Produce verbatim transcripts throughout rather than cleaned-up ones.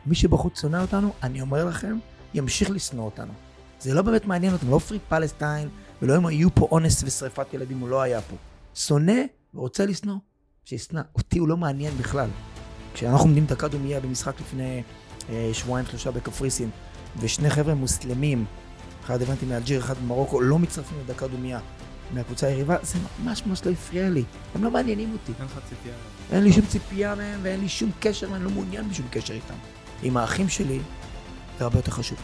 מי שבחוץ שונא אותנו, אני אומר לכם, ימשיך לשנוא אותנו. זה לא באמת מעניין אותם, לא פרי פלסטיין, ולא אם היו פה אונס ושריפת ילדים, הוא לא היה פה. שונא ורוצה לשנוא, שישנא. אותי הוא לא מעניין בכלל. כשאנחנו עומדים דקה דומייה במשחק לפני אה, שבועיים שלושה בקפריסין, ושני חבר'ה מוסלמים, אחד הבנתי מאלג'יר, אחד ממרוקו, לא מצטרפים לדקה דומייה מהקבוצה היריבה, זה ממש ממש לא הפריע לי. הם לא מעניינים אותי. אין לך ציפייה. אין לי שום ציפייה מהם, ואין לי שום קשר, ואני לא מעוניין בשום קשר איתם. עם האחים שלי, זה הרבה יותר חשוב.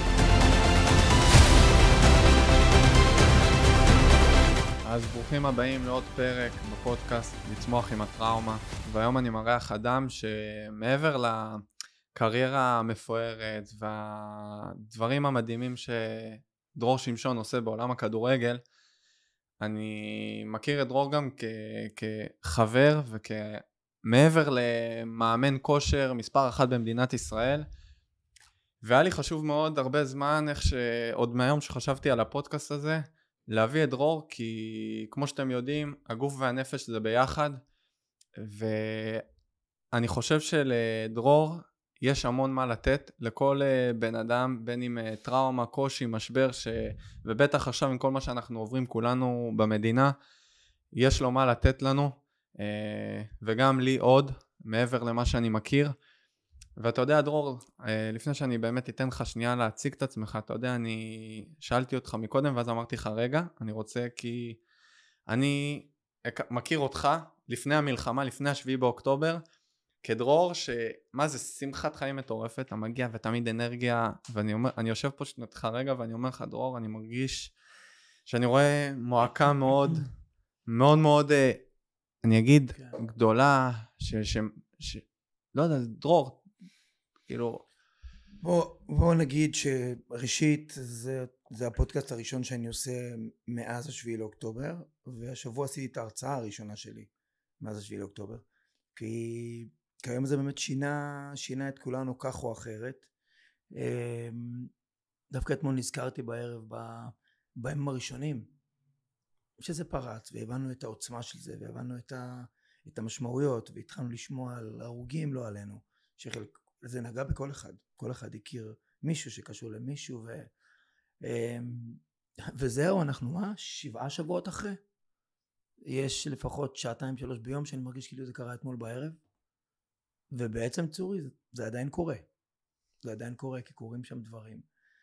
אז ברוכים הבאים לעוד פרק בפודקאסט לצמוח עם הטראומה, והיום אני מארח אדם שמעבר לקריירה המפוארת והדברים המדהימים שדרור שמשון עושה בעולם הכדורגל, אני מכיר את דרור גם כ- כחבר וכמעבר למאמן כושר מספר אחת במדינת ישראל, והיה לי חשוב מאוד הרבה זמן, איך שעוד מהיום שחשבתי על הפודקאסט הזה, להביא את דרור, כי כמו שאתם יודעים, הגוף והנפש זה ביחד, ואני חושב שלדרור יש המון מה לתת לכל בן אדם, בין אם טראומה, קושי, משבר, ש... ובטח עכשיו עם כל מה שאנחנו עוברים כולנו במדינה, יש לו מה לתת לנו, וגם לי עוד, מעבר למה שאני מכיר. ואתה יודע, דרור, לפני שאני באמת אתן לך שנייה להציג את עצמך, אתה יודע, אני שאלתי אותך מקודם, ואז אמרתי לך, רגע, אני רוצה כי אני מכיר אותך לפני המלחמה, לפני השביעי באוקטובר, כדרור, שמה זה שמחת חיים מטורפת, אתה מגיע ותמיד אנרגיה, ואני אומר, אני יושב פה שנתך רגע, ואני אומר לך, דרור, אני מרגיש שאני רואה מועקה מאוד, מאוד מאוד, אני אגיד, גדולה, ש, ש, ש, לא יודע, דרור, כאילו... בוא, בוא נגיד שראשית זה, זה הפודקאסט הראשון שאני עושה מאז השביעי לאוקטובר, והשבוע עשיתי את ההרצאה הראשונה שלי מאז השביעי לאוקטובר, כי כיום זה באמת שינה, שינה את כולנו כך או אחרת. דווקא אתמול נזכרתי בערב בימים הראשונים שזה פרץ, והבנו את העוצמה של זה, והבנו את, ה, את המשמעויות, והתחלנו לשמוע על הרוגים לא עלינו, שחלק זה נגע בכל אחד, כל אחד הכיר מישהו שקשור למישהו, ו... וזהו, אנחנו מה? שבעה שבועות אחרי. יש לפחות שעתיים שלוש ביום שאני מרגיש כאילו זה קרה אתמול בערב, ובעצם צורי זה, זה עדיין קורה. זה עדיין קורה, כי קורים שם דברים.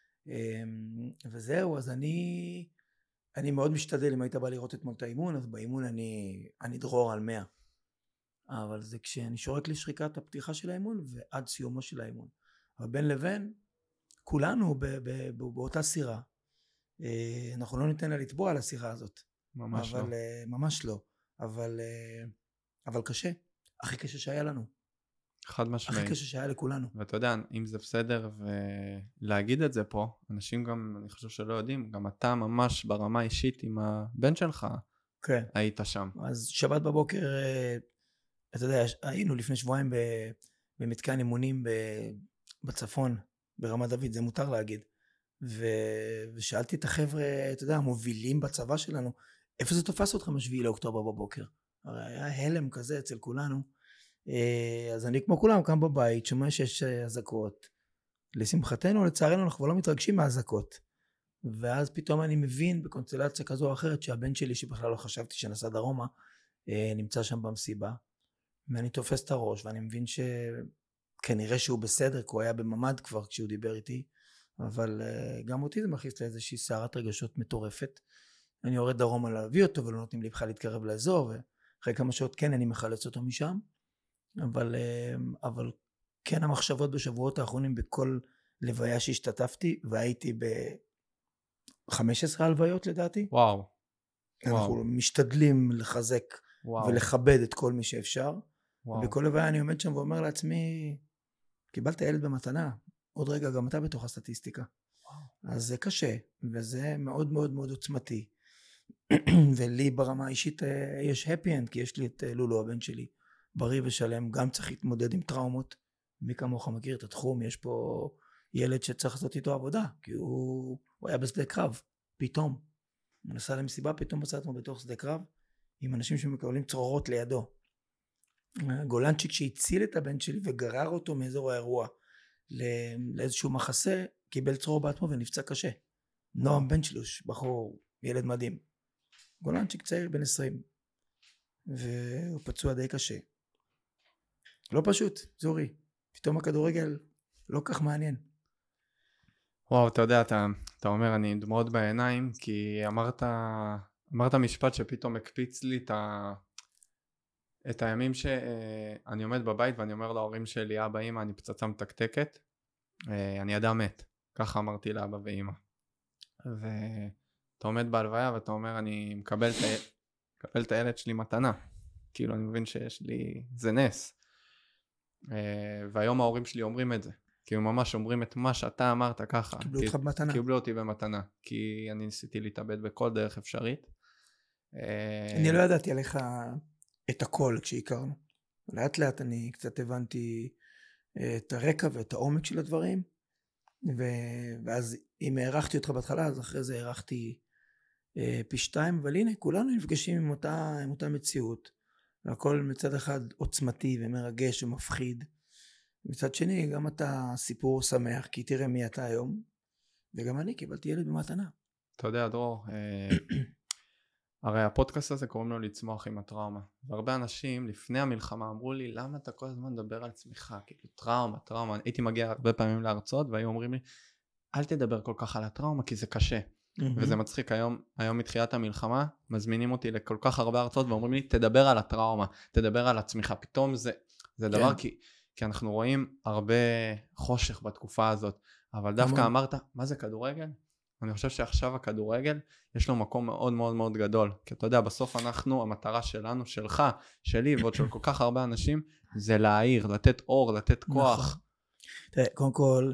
וזהו, אז אני, אני מאוד משתדל, אם היית בא לראות אתמול את האימון, אז באימון אני, אני דרור על מאה. אבל זה כשאני שורק לשריקת הפתיחה של האימון ועד סיומו של האימון. אבל בין לבין, כולנו ב- ב- ב- באותה סירה. אנחנו לא ניתן לה לטבוע על הסירה הזאת. ממש אבל, לא. ממש לא. אבל, אבל קשה. הכי קשה שהיה לנו. חד משמעי. הכי קשה שהיה לכולנו. ואתה יודע, אם זה בסדר ולהגיד את זה פה, אנשים גם, אני חושב שלא יודעים, גם אתה ממש ברמה אישית עם הבן שלך, כן. היית שם. אז שבת בבוקר, אתה יודע, היינו לפני שבועיים במתקן אימונים בצפון, ברמת דוד, זה מותר להגיד. ו... ושאלתי את החבר'ה, אתה יודע, המובילים בצבא שלנו, איפה זה תופס אותך משביעי לאוקטובר בבוקר? הרי היה הלם כזה אצל כולנו. אז אני כמו כולם קם בבית, שומע שיש אזעקות. לשמחתנו, לצערנו, אנחנו כבר לא מתרגשים מהאזעקות. ואז פתאום אני מבין בקונסטלציה כזו או אחרת, שהבן שלי, שבכלל לא חשבתי שנסע דרומה, נמצא שם במסיבה. ואני תופס את הראש, ואני מבין שכנראה שהוא בסדר, כי הוא היה בממד כבר כשהוא דיבר איתי, אבל גם אותי זה מכניס לאיזושהי סערת רגשות מטורפת. אני יורד דרומה להביא אותו, ולא נותנים לי בכלל להתקרב לאזור, ואחרי כמה שעות כן אני מחלץ אותו משם, אבל, אבל כן המחשבות בשבועות האחרונים בכל לוויה שהשתתפתי, והייתי ב-חמש עשרה הלוויות לדעתי. וואו. אנחנו וואו. משתדלים לחזק וואו. ולכבד את כל מי שאפשר. וואו. ובכל לוויה אני עומד שם ואומר לעצמי, קיבלת ילד במתנה, עוד רגע גם אתה בתוך הסטטיסטיקה. וואו. אז זה קשה, וזה מאוד מאוד מאוד עוצמתי. ולי ברמה האישית יש happy end, כי יש לי את לולו הבן שלי, בריא ושלם, גם צריך להתמודד עם טראומות. מי כמוך מכיר את התחום, יש פה ילד שצריך לעשות איתו עבודה, כי הוא, הוא היה בשדה קרב, פתאום. הוא נסע למסיבה, פתאום מצא עצמו בתוך שדה קרב, עם אנשים שמקבלים צרורות לידו. גולנצ'יק שהציל את הבן שלי וגרר אותו מאזור האירוע, לאיזשהו מחסה, קיבל צרור בעצמו ונפצע קשה. נועם בן שלוש, בחור, ילד מדהים. גולנצ'יק צעיר בן עשרים. והוא פצוע די קשה. לא פשוט, זורי. פתאום הכדורגל לא כך מעניין. וואו, אתה יודע, אתה, אתה אומר, אני עם דמעות בעיניים, כי אמרת, אמרת משפט שפתאום הקפיץ לי את, ה, את הימים שאני עומד בבית ואני אומר להורים שלי, אבא, אמא, אני פצצה מתקתקת, אני אדם מת. ככה אמרתי לאבא ואמא. ואתה עומד בהלוויה ואתה אומר, אני מקבל את, ה... מקבל את הילד שלי מתנה. כאילו, אני מבין שיש לי, זה נס. והיום ההורים שלי אומרים את זה. כי הם ממש אומרים את מה שאתה אמרת ככה. קיבלו אותך במתנה. קיבלו אותי במתנה. כי אני ניסיתי להתאבד בכל דרך אפשרית. אני לא ידעתי עליך את הכל כשהכרנו. לאט לאט אני קצת הבנתי את הרקע ואת העומק של הדברים. ואז אם הערכתי אותך בהתחלה, אז אחרי זה הערכתי פי שתיים. אבל הנה, כולנו נפגשים עם אותה, עם אותה מציאות. והכל מצד אחד עוצמתי ומרגש ומפחיד. מצד שני, גם אתה סיפור שמח, כי תראה מי אתה היום, וגם אני קיבלתי ילד במתנה. אתה יודע, דרור, הרי הפודקאסט הזה קוראים לו לצמוח עם הטראומה. והרבה אנשים לפני המלחמה אמרו לי, למה אתה כל הזמן מדבר על צמיחה? כאילו, טראומה, טראומה. הייתי מגיע הרבה פעמים להרצות, והיו אומרים לי, אל תדבר כל כך על הטראומה, כי זה קשה. וזה מצחיק, היום, היום מתחילת המלחמה, מזמינים אותי לכל כך הרבה הרצאות, ואומרים לי, תדבר על הטראומה, תדבר על הצמיחה. פתאום זה, זה דבר, כי, כי אנחנו רואים הרבה חושך בתקופה הזאת, אבל דווקא אמרת, מה זה כדורגל? אני חושב שעכשיו הכדורגל, יש לו מקום מאוד מאוד מאוד גדול, כי אתה יודע, בסוף אנחנו, המטרה שלנו, שלך, שלי, ועוד של כל כך הרבה אנשים, זה להעיר, לתת אור, לתת כוח. תראה, קודם כל,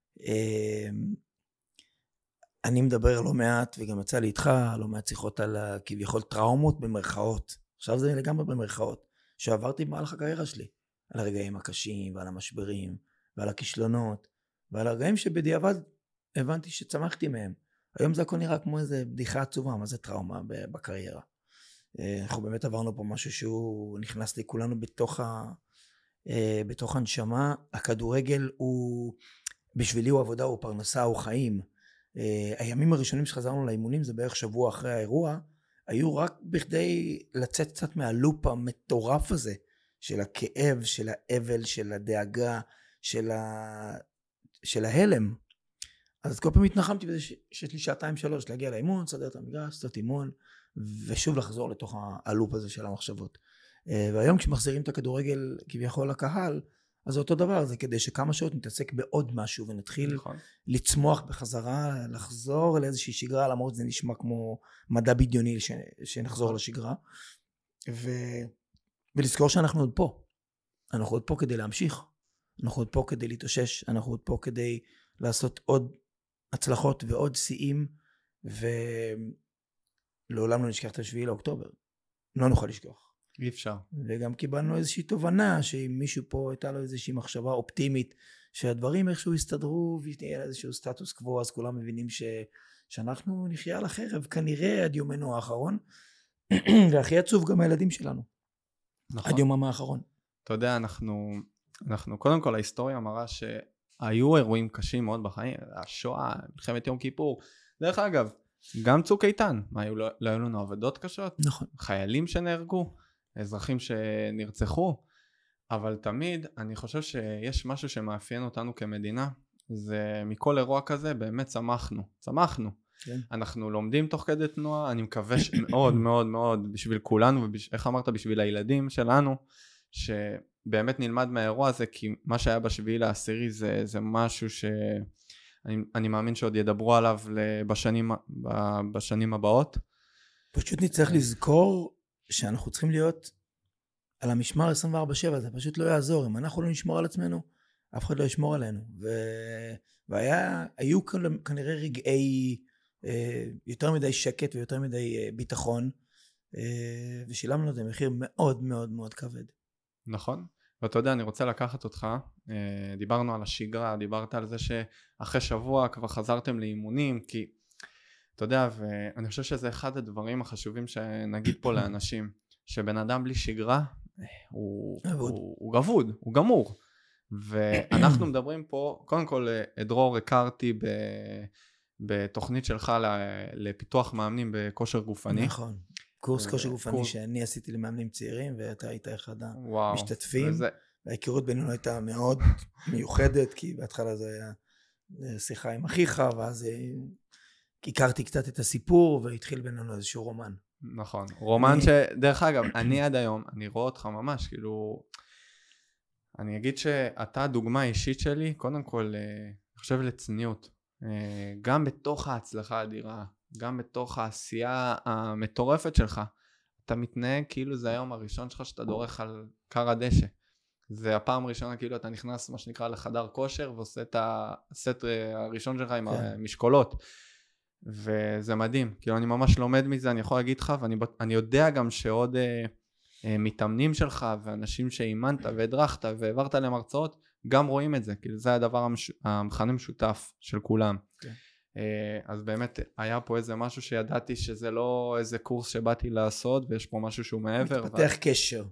אני מדבר לא מעט, וגם יצא לי איתך, לא מעט שיחות על כביכול טראומות במרכאות. עכשיו זה לגמרי במרכאות, שעברתי במהלך הקריירה שלי, על הרגעים הקשים, ועל המשברים, ועל הכישלונות, ועל הרגעים שבדיעבד הבנתי שצמחתי מהם. היום זה הכל נראה כמו איזה בדיחה עצובה, מה זה טראומה בקריירה. אנחנו באמת עברנו פה משהו שהוא נכנס לכולנו בתוך, ה, בתוך הנשמה. הכדורגל הוא, בשבילי הוא עבודה, הוא פרנסה, הוא חיים. הימים הראשונים שחזרנו לאימונים, זה בערך שבוע אחרי האירוע, היו רק בכדי לצאת קצת מהלופ המטורף הזה, של הכאב, של האבל, של הדאגה, של, ה... של ההלם. אז כל פעם התנחמתי בזה ש... שיש לי שעתיים שלוש להגיע לאימון, סדר את המגרש, קצת אימון, ושוב לחזור לתוך הלופ הזה של המחשבות. והיום כשמחזירים את הכדורגל כביכול לקהל, אז זה אותו דבר, זה כדי שכמה שעות נתעסק בעוד משהו, ונתחיל נכון. לצמוח בחזרה, לחזור לאיזושהי שגרה, למרות זה נשמע כמו מדע בדיוני ש... שנחזור נכון. לשגרה. ו... ולזכור שאנחנו עוד פה. אנחנו עוד פה כדי להמשיך. אנחנו עוד פה כדי להתאושש. אנחנו עוד פה כדי לעשות עוד הצלחות ועוד שיאים. ולעולם לא נשכח את השביעי לאוקטובר. לא נוכל לשכוח. אי אפשר. וגם קיבלנו איזושהי תובנה, שאם מישהו פה הייתה לו איזושהי מחשבה אופטימית, שהדברים איכשהו יסתדרו, ויהיה איזשהו סטטוס קוו, אז כולם מבינים ש... שאנחנו נחיה על החרב, כנראה עד יומנו האחרון. והכי עצוב גם הילדים שלנו. נכון. עד יומם האחרון. אתה יודע, אנחנו, אנחנו, קודם כל ההיסטוריה מראה שהיו אירועים קשים מאוד בחיים, השואה, מלחמת יום כיפור. דרך אגב, גם צוק איתן, מה, היו, לא היו לנו עבודות קשות? נכון. חיילים שנהרגו, אזרחים שנרצחו, אבל תמיד אני חושב שיש משהו שמאפיין אותנו כמדינה, זה מכל אירוע כזה באמת צמחנו, צמחנו. כן. אנחנו לומדים תוך כדי תנועה, אני מקווה מאוד מאוד מאוד בשביל כולנו, ואיך אמרת, בשביל הילדים שלנו, שבאמת נלמד מהאירוע הזה, כי מה שהיה בשביעי לעשירי זה, זה משהו שאני אני מאמין שעוד ידברו עליו בשנים, בשנים הבאות. פשוט נצטרך לזכור שאנחנו צריכים להיות על המשמר עשרים וארבע שבע, זה פשוט לא יעזור, אם אנחנו לא נשמור על עצמנו, אף אחד לא ישמור עלינו, ו... והיה, היו כנראה רגעי יותר מדי שקט ויותר מדי ביטחון, ושילמנו את זה מחיר מאוד מאוד מאוד כבד. נכון, ואתה יודע, אני רוצה לקחת אותך, דיברנו על השגרה, דיברת על זה שאחרי שבוע כבר חזרתם לאימונים, כי אתה יודע, ואני חושב שזה אחד הדברים החשובים שנגיד פה לאנשים, שבן אדם בלי שגרה הוא, הוא, הוא גבוד, הוא גמור, ואנחנו מדברים פה, קודם כל, את דרור הכרתי ב... בתוכנית שלך לפיתוח מאמנים בכושר גופני. נכון. קורס כושר גופני שאני עשיתי למאמנים צעירים, ואתה היית אחד המשתתפים. וההיכרות בינינו הייתה מאוד מיוחדת, כי בהתחלה זה היה שיחה עם אחיך, ואז הכרתי קצת את הסיפור, והתחיל בינינו איזשהו רומן. נכון. רומן שדרך אגב, אני עד היום, אני רואה אותך ממש, כאילו, אני אגיד שאתה הדוגמה האישית שלי, קודם כל, אני חושב לצניעות. גם בתוך ההצלחה האדירה, גם בתוך העשייה המטורפת שלך, אתה מתנהג כאילו זה היום הראשון שלך שאתה דורך על קר הדשא. זה הפעם הראשונה כאילו אתה נכנס מה שנקרא לחדר כושר ועושה את הסט הראשון שלך עם המשקולות. וזה מדהים, כאילו אני ממש לומד מזה, אני יכול להגיד לך, ואני יודע גם שעוד מתאמנים שלך ואנשים שאימנת והדרכת והעברת להם הרצאות, גם רואים את זה, כאילו זה הדבר המכנה משותף של כולם. כן. אז באמת היה פה איזה משהו שידעתי שזה לא איזה קורס שבאתי לעשות, ויש פה משהו שהוא מעבר. מתפתח קשר.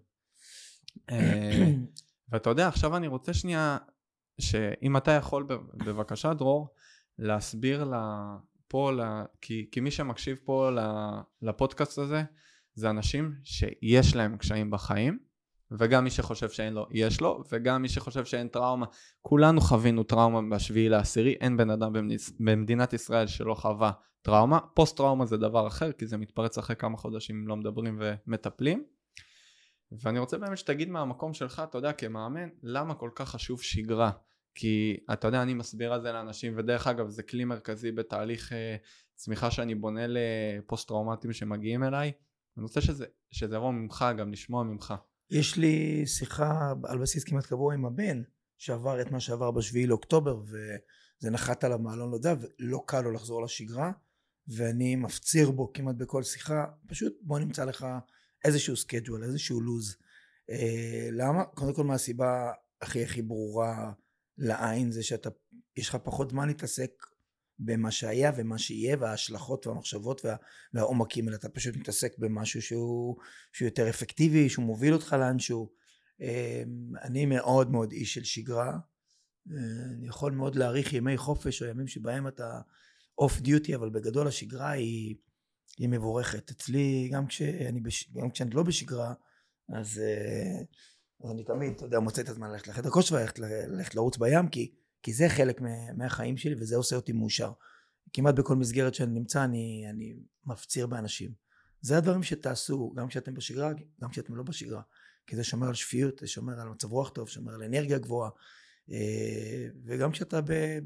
ואתה יודע, עכשיו אני רוצה שנייה, שאם אתה יכול בבקשה דרור, להסביר פה, כי, כי מי שמקשיב פה לפודקאסט הזה, זה אנשים שיש להם קשיים בחיים, וגם מי שחושב שאין לו, יש לו, וגם מי שחושב שאין טראומה, כולנו חווינו טראומה בשביעי לעשירי, אין בן אדם במדינת ישראל שלא חווה טראומה, פוסט טראומה זה דבר אחר, כי זה מתפרץ אחרי כמה חודשים לא מדברים ומטפלים, ואני רוצה באמת שתגיד מהמקום שלך, אתה יודע, כמאמן, למה כל כך חשוב שגרה, כי אתה יודע, אני מסביר על זה לאנשים, ודרך אגב זה כלי מרכזי בתהליך צמיחה שאני בונה לפוסט טראומטיים שמגיעים אליי, אני רוצה שזה, שזה יבוא ממך, גם לשמוע ממך. יש לי שיחה על בסיס כמעט קבוע עם הבן, שעבר את מה שעבר בשביעי לאוקטובר, וזה נחת עליו מעלון לא יודע, ולא קל לו לחזור לשגרה, ואני מפציר בו כמעט בכל שיחה, פשוט בוא נמצא לך איזשהו סקייג'ול, איזשהו לוז. אה, למה? קודם כל מהסיבה הכי הכי ברורה לעין, זה שאתה, יש לך פחות זמן להתעסק במה שהיה ומה שיהיה, וההשלכות והמחשבות וה, והעומקים, אלא אתה פשוט מתעסק במשהו שהוא, שהוא יותר אפקטיבי, שהוא מוביל אותך לאנשהו. אני מאוד מאוד איש של שגרה, אני יכול מאוד להעריך ימי חופש או ימים שבהם אתה אוף דיוטי, אבל בגדול השגרה היא, היא מבורכת. אצלי, גם כשאני, בש, גם כשאני לא בשגרה, אז, אז אני תמיד, אתה יודע, מוצא את הזמן ללכת לחדר כושר וללכת ללכת לרוץ בים, כי כי זה חלק מהחיים שלי, וזה עושה אותי מאושר. כמעט בכל מסגרת שאני נמצא, אני, אני מפציר באנשים. זה הדברים שתעשו, גם כשאתם בשגרה, גם כשאתם לא בשגרה. כי זה שומר על שפיות, זה שומר על מצב רוח טוב, שומר על אנרגיה גבוהה. וגם כשאתה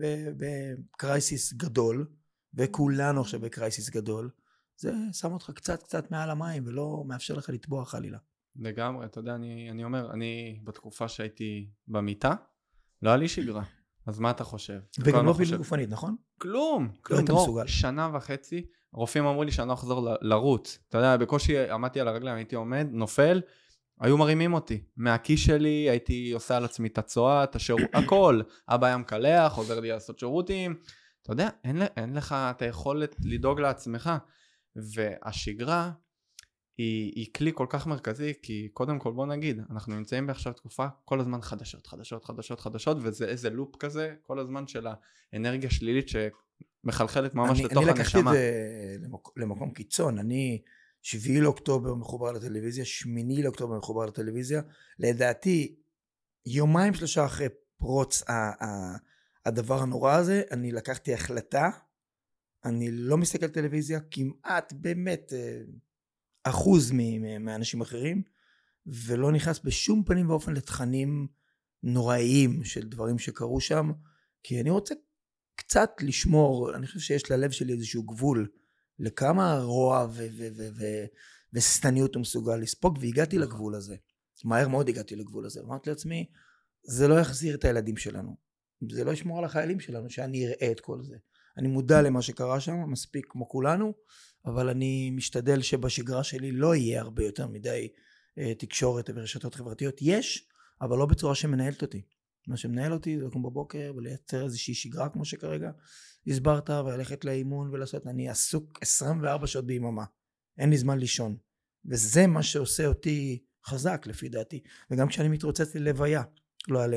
בקרייסיס גדול, וכולנו עכשיו בקרייסיס גדול, זה שם אותך קצת קצת מעל המים, ולא מאפשר לך לטבוע חלילה. לגמרי, אתה יודע, אני, אני אומר, אני בתקופה שהייתי במיטה, לא היה לי שגרה. אז מה אתה חושב? וגם לא פעילות גופנית, נכון? כלום, כלום, דרור, שנה וחצי, רופאים אמרו לי שאני לא אחזור לרוץ, אתה יודע, בקושי עמדתי על הרגליים, הייתי עומד, נופל, היו מרימים אותי, מהכיס שלי הייתי עושה על עצמי את הצועה, את השירות, הכל, אבא היה מקלח, עוזר לי לעשות שירותים, אתה יודע, אין, אין לך את היכולת לדאוג לעצמך, והשגרה, היא, היא כלי כל כך מרכזי, כי קודם כל בוא נגיד, אנחנו נמצאים בעכשיו תקופה כל הזמן חדשות, חדשות, חדשות, חדשות, וזה איזה לופ כזה, כל הזמן של האנרגיה שלילית שמחלחלת ממש אני, לתוך אני הנשמה. אני לקחתי את זה למקום, למקום קיצון, אני שביעי לאוקטובר מחובר לטלוויזיה, שמיני לאוקטובר מחובר לטלוויזיה, לדעתי יומיים שלושה אחרי פרוץ ה, ה, הדבר הנורא הזה, אני לקחתי החלטה, אני לא מסתכל על טלוויזיה, כמעט באמת אחוז מאנשים אחרים, ולא נכנס בשום פנים ואופן לתכנים נוראיים של דברים שקרו שם, כי אני רוצה קצת לשמור, אני חושב שיש ללב שלי איזשהו גבול, לכמה רוע וסתניות הוא מסוגל לספוג, והגעתי לגבול הזה, מהר מאוד הגעתי לגבול הזה, אמרתי לעצמי, זה לא יחזיר את הילדים שלנו, זה לא ישמור על החיילים שלנו, שאני אראה את כל זה, אני מודע למה שקרה שם, מספיק כמו כולנו, אבל אני משתדל שבשגרה שלי לא יהיה הרבה יותר מדי אה, תקשורת ורשתות חברתיות. יש, אבל לא בצורה שמנהלת אותי. מה שמנהל אותי זה לקום בבוקר ולייצר איזושהי שגרה כמו שכרגע הסברת, וללכת לאימון ולעשות, אני עסוק עשרים וארבע שעות ביממה. אין לי זמן לישון. וזה מה שעושה אותי חזק לפי דעתי. וגם כשאני מתרוצץ ללוויה, לא עלינו.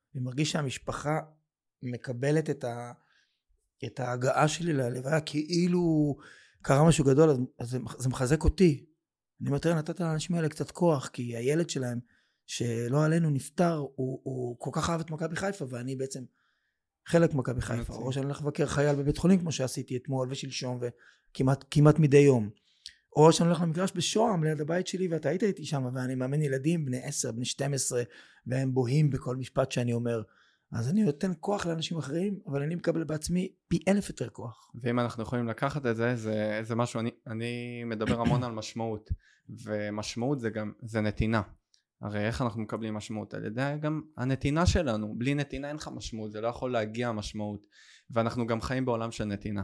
ומרגיש שהמשפחה מקבלת את, ה, את ההגעה שלי ללוויה, כאילו קרה משהו גדול, אז, אז זה, זה מחזק אותי. אני אומר, נתת לאנשים האלה קצת כוח, כי הילד שלהם, שלא עלינו נפטר, הוא, הוא כל כך אהב את מכבי חיפה, ואני בעצם חלק מכבי חיפה. או שאני הולך לבקר חייל בבית חולים, כמו שעשיתי אתמול ושלשום, וכמעט כמעט מדי יום. או שאני הולך למגרש בשוהם, ליד הבית שלי, ואתה היית איתי שם, ואני מאמן ילדים, בני עשר, בני שתים עשרה, והם בוהים בכל משפט שאני אומר. אז אני נותן כוח לאנשים אחרים, אבל אני מקבל בעצמי פי אלף יותר כוח. ואם אנחנו יכולים לקחת את זה, זה, זה משהו, אני, אני מדבר המון על משמעות, ומשמעות זה גם, זה נתינה. הרי איך אנחנו מקבלים משמעות? על ידי גם הנתינה שלנו. בלי נתינה אין לך משמעות, זה לא יכול להגיע משמעות. ואנחנו גם חיים בעולם של נתינה.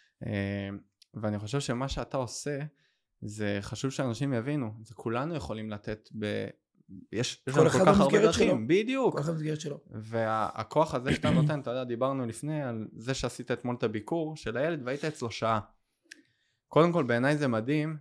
ואני חושב שמה שאתה עושה, זה חשוב שאנשים יבינו. זה כולנו יכולים לתת ב... יש לנו כל כך הרבה דרכים. בדיוק. כל אחד במסגרת שלו. והכוח הזה שאתה נותן, אתה יודע, דיברנו לפני על זה שעשית אתמול את הביקור של הילד, והיית אצלו שעה. קודם כל, בעיניי זה מדהים,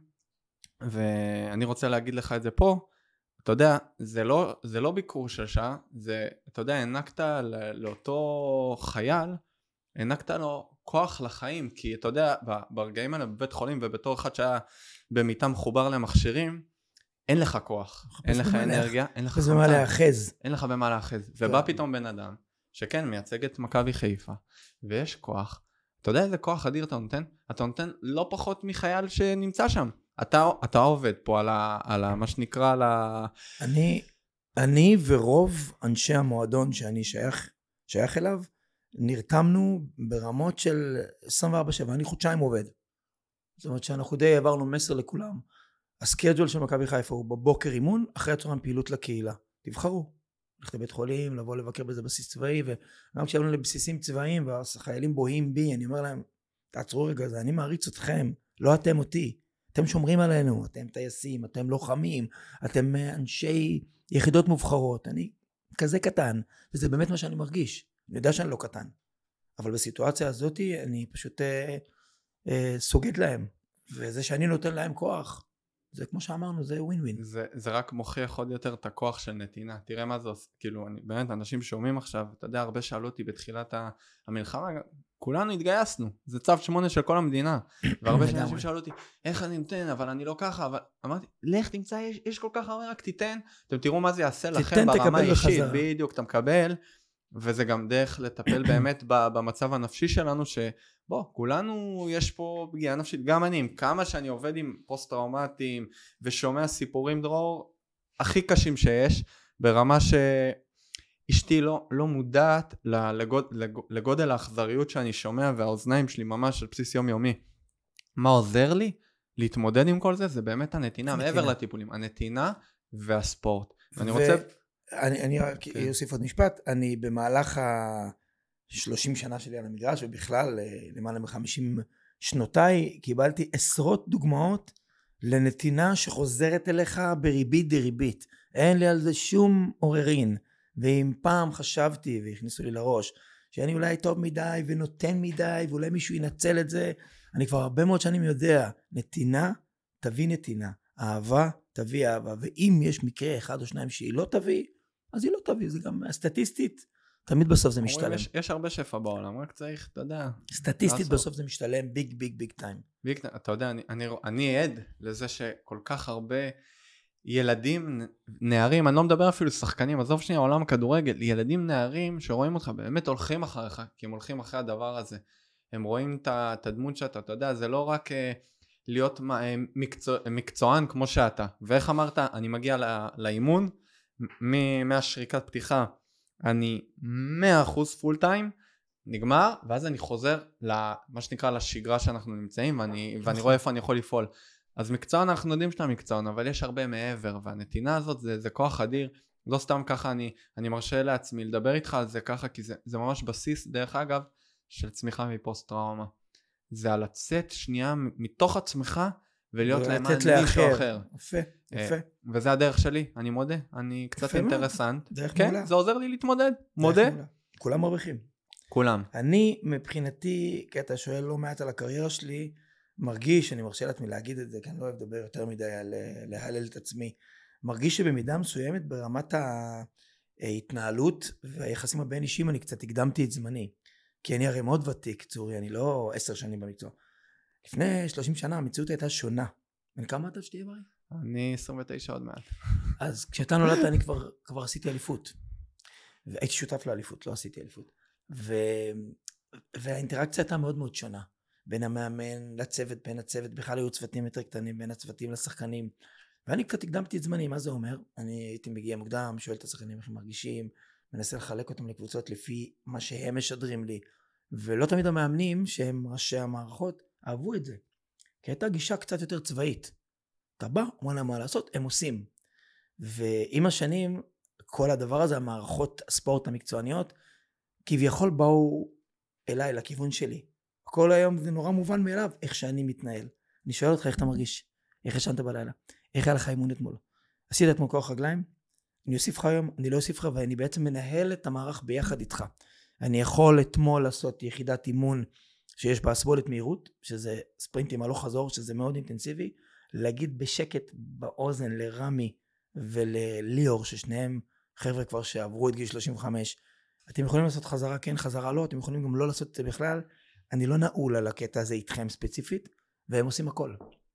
ואני רוצה להגיד לך את זה פה, אתה יודע, זה לא, זה לא ביקור של שעה, זה, אתה יודע, הענקת לאותו חייל, הענקת לו כוח לחיים, כי אתה יודע, ברגעים האלה בבית חולים, ובתור אחד שהיה במיטה מחובר למכשירים, אין לך כוח, אין לך אנרגיה, אין לך במה להאחז. אין לך במה להאחז. ובא פתאום בן אדם, שכן מייצג את מכבי חיפה, ויש כוח, אתה יודע איזה כוח אדיר אתה נותן? אתה נותן לא פחות מחייל שנמצא שם. אתה, אתה עובד פה על, ה, על ה, מה שנקרא, על ה... אני, אני ורוב אנשי המועדון שאני שייך, שייך אליו, נרתמנו ברמות של עשרים וארבע שבע, אני חודשיים עובד. זאת אומרת שאנחנו די העברנו מסר לכולם. הסקייג'ול של מכבי חיפה הוא בבוקר אימון, אחרי הצהריים פעילות לקהילה. תבחרו. ללכת לבית חולים, לבוא לבקר באיזה בסיס צבאי, וגם כשהיינו לבסיסים צבאיים, והחיילים בוהים בי, אני אומר להם, תעצרו רגע, זה אני מעריץ אתכם, לא אתם אותי. אתם שומרים עלינו, אתם טייסים, אתם לוחמים, אתם אנשי יחידות מובחרות. אני כזה קטן, וזה באמת מה שאני מרגיש. אני יודע שאני לא קטן, אבל בסיטואציה הזאת אני פשוט אה, אה, סוגד להם, וזה שאני נותן להם כוח, זה כמו שאמרנו, זה ווין ווין. זה, זה רק מוכיח עוד יותר את הכוח של נתינה. תראה מה זה, כאילו, אני, באמת, אנשים שומעים עכשיו, אתה יודע, הרבה שאלו אותי בתחילת המלחמה, כולנו התגייסנו, זה צו שמונה של כל המדינה, והרבה אנשים שאלו אותי, איך אני נותן, אבל אני לא ככה, אבל אמרתי, לך תמצא, יש, יש כל כך הרבה, רק תיתן, אתם תראו מה זה יעשה לכם ברמה האישית, בדיוק, אתה מקבל, וזה גם דרך לטפל באמת במצב הנפשי שלנו, שבוא, כולנו יש פה פגיעה נפשית, גם אני, עם כמה שאני עובד עם פוסט-טראומטיים, ושומע סיפורים דרור, הכי קשים שיש, ברמה שאשתי לא, לא מודעת לגוד, לגודל האכזריות שאני שומע, והאוזניים שלי ממש על בסיס יומיומי. מה עוזר לי להתמודד עם כל זה? זה באמת הנתינה, מעבר לטיפולים, הנתינה והספורט. ואני רוצה... אני, אני רק אוסיף עוד משפט, אני במהלך ה-שלושים שנה שלי על המגרש, ובכלל למעלה מ-חמישים שנותיי, קיבלתי עשרות דוגמאות לנתינה שחוזרת אליך בריבית דריבית. אין לי על זה שום עוררין. ואם פעם חשבתי והכניסו לי לראש שאני אולי טוב מדי ונותן מדי ואולי מישהו ינצל את זה, אני כבר הרבה מאוד שנים יודע, נתינה תביא נתינה, אהבה תביא אהבה, ואם יש מקרה אחד או שניים שהיא לא תביא, אז היא לא תביא, זה גם סטטיסטית, תמיד בסוף זה משתלם. יש, יש הרבה שפע בעולם, רק צריך, אתה יודע. סטטיסטית בסוף זה משתלם ביג ביג ביג טיים. ביג, אתה יודע, אני, אני, אני עד לזה שכל כך הרבה ילדים, נערים, אני לא מדבר אפילו שחקנים, עזוב שנייה עולם הכדורגל, ילדים נערים שרואים אותך, באמת הולכים אחריך, כי הם הולכים אחרי הדבר הזה. הם רואים את הדמות שאתה, אתה יודע, זה לא רק להיות מקצוע, מקצוען כמו שאתה. ואיך אמרת, אני מגיע לאימון, מהשריקת פתיחה, אני מאה אחוז פול טיים, נגמר, ואז אני חוזר למה שנקרא לשגרה שאנחנו נמצאים, ואני, ואני רואה איפה אני יכול לפעול. אז מקצוען אנחנו יודעים שאתה מקצוען, אבל יש הרבה מעבר, והנתינה הזאת זה, זה כוח אדיר, לא סתם ככה אני, אני מרשה לעצמי לדבר איתך על זה ככה, כי זה, זה ממש בסיס, דרך אגב, של צמיחה מפוסט טראומה. זה על לצאת שנייה מתוך עצמך, ולהיות למען מישהו אחר. יפה, יפה. וזה הדרך שלי, אני מודה, אני קצת אינטרסנט. כן, זה עוזר לי להתמודד, מודה. כולם מרוויחים. כולם. אני מבחינתי, כי אתה שואל לא מעט על הקריירה שלי, מרגיש, אני מרשה לעצמי להגיד את זה, כי אני לא אוהב לדבר יותר מדי על להלל את עצמי, מרגיש שבמידה מסוימת ברמת התנהלות והיחסים הבין אישיים אני קצת הקדמתי את זמני, כי אני הרי מאוד ותיק צורי, אני לא עשר שנים במקצוע. לפני שלושים שנה המציאות הייתה שונה. בן כמה אתה שתהיה בריא? אני עשרים ותשע עוד מעט. אז כשאתה נולדת אני כבר, כבר עשיתי אליפות. והייתי שותף לאליפות, לא עשיתי אליפות. ו... והאינטראקציה הייתה מאוד מאוד שונה. בין המאמן לצוות, בין הצוות, בכלל היו צוותים יותר קטנים, בין הצוותים לשחקנים. ואני קצת הקדמתי את זמני, מה זה אומר? אני הייתי מגיע מוקדם, שואל את השחקנים איך הם מרגישים, מנסה לחלק אותם לקבוצות לפי מה שהם משדרים לי. ולא תמיד המאמנים, שהם ראשי המערכות, אהבו את זה. כי הייתה גישה קצת יותר צבאית. אתה בא, אומר להם מה לעשות, הם עושים. ועם השנים, כל הדבר הזה, המערכות הספורט המקצועניות, כביכול באו אליי, לכיוון שלי. כל היום זה נורא מובן מאליו, איך שאני מתנהל. אני שואל אותך איך אתה מרגיש, איך ישנת בלילה, איך היה לך אימון אתמול. עשית אתמול כוח רגליים, אני אוסיף לך היום, אני לא אוסיף לך, ואני בעצם מנהל את המערך ביחד איתך. אני יכול אתמול לעשות יחידת אימון, שיש בה סבולת מהירות, שזה ספרינטים הלוך חזור, שזה מאוד אינטנסיבי, להגיד בשקט באוזן לרמי ולליאור, ששניהם חבר'ה כבר שעברו את גיל שלושים וחמש, אתם יכולים לעשות חזרה כן, חזרה לא, אתם יכולים גם לא לעשות את זה בכלל, אני לא נעול על הקטע הזה איתכם ספציפית, והם עושים הכל.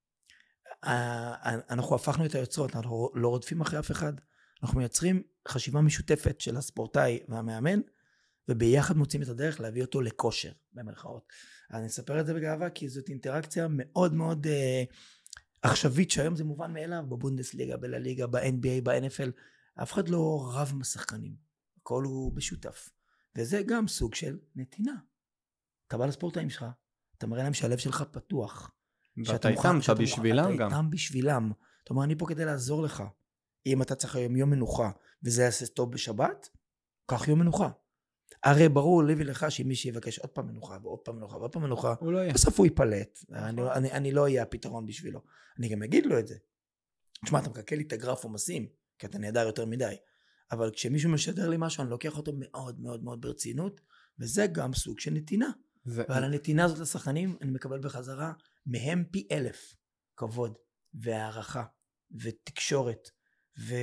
אנחנו הפכנו את היוצרות, אנחנו לא רודפים אחרי אף אחד, אנחנו מייצרים חשיבה משותפת של הספורטאי והמאמן, וביחד מוצאים את הדרך להביא אותו לכושר, במרכאות. אני אספר את זה בגאווה, כי זאת אינטראקציה מאוד מאוד אה, עכשווית, שהיום זה מובן מאליו, בבונדסליגה, בלליגה, ב-אן בי איי, ב-אן אף אל, אף אחד לא רב עם השחקנים, הכל הוא בשותף. וזה גם סוג של נתינה. אתה בא לספורטאים שלך, אתה מראה להם שהלב שלך פתוח. ואתה איתם, אתה בשבילם גם. אתה איתם בשבילם. אתה אומר, אני פה כדי לעזור לך. אם אתה צריך היום יום מנוחה, וזה יעשה טוב בשבת, קח יום מנוחה. הרי ברור לי ולך שאם מי שיבקש עוד פעם מנוחה, ועוד פעם מנוחה, ועוד פעם מנוחה, הוא לא יהיה. בסוף הוא ייפלט. אני, אני, אני לא אהיה הפתרון בשבילו. אני גם אגיד לו את זה. תשמע, אתה מקקל לי את הגרף עומסים, כי אתה נהדר יותר מדי. אבל כשמישהו משדר לי משהו, אני לוקח אותו מאוד מאוד מאוד ברצינות, וזה גם סוג של נתינה. זה... ועל הנתינה הזאת לשחקנים, אני מקבל בחזרה מהם פי אלף כבוד, והערכה, ותקשורת, ו...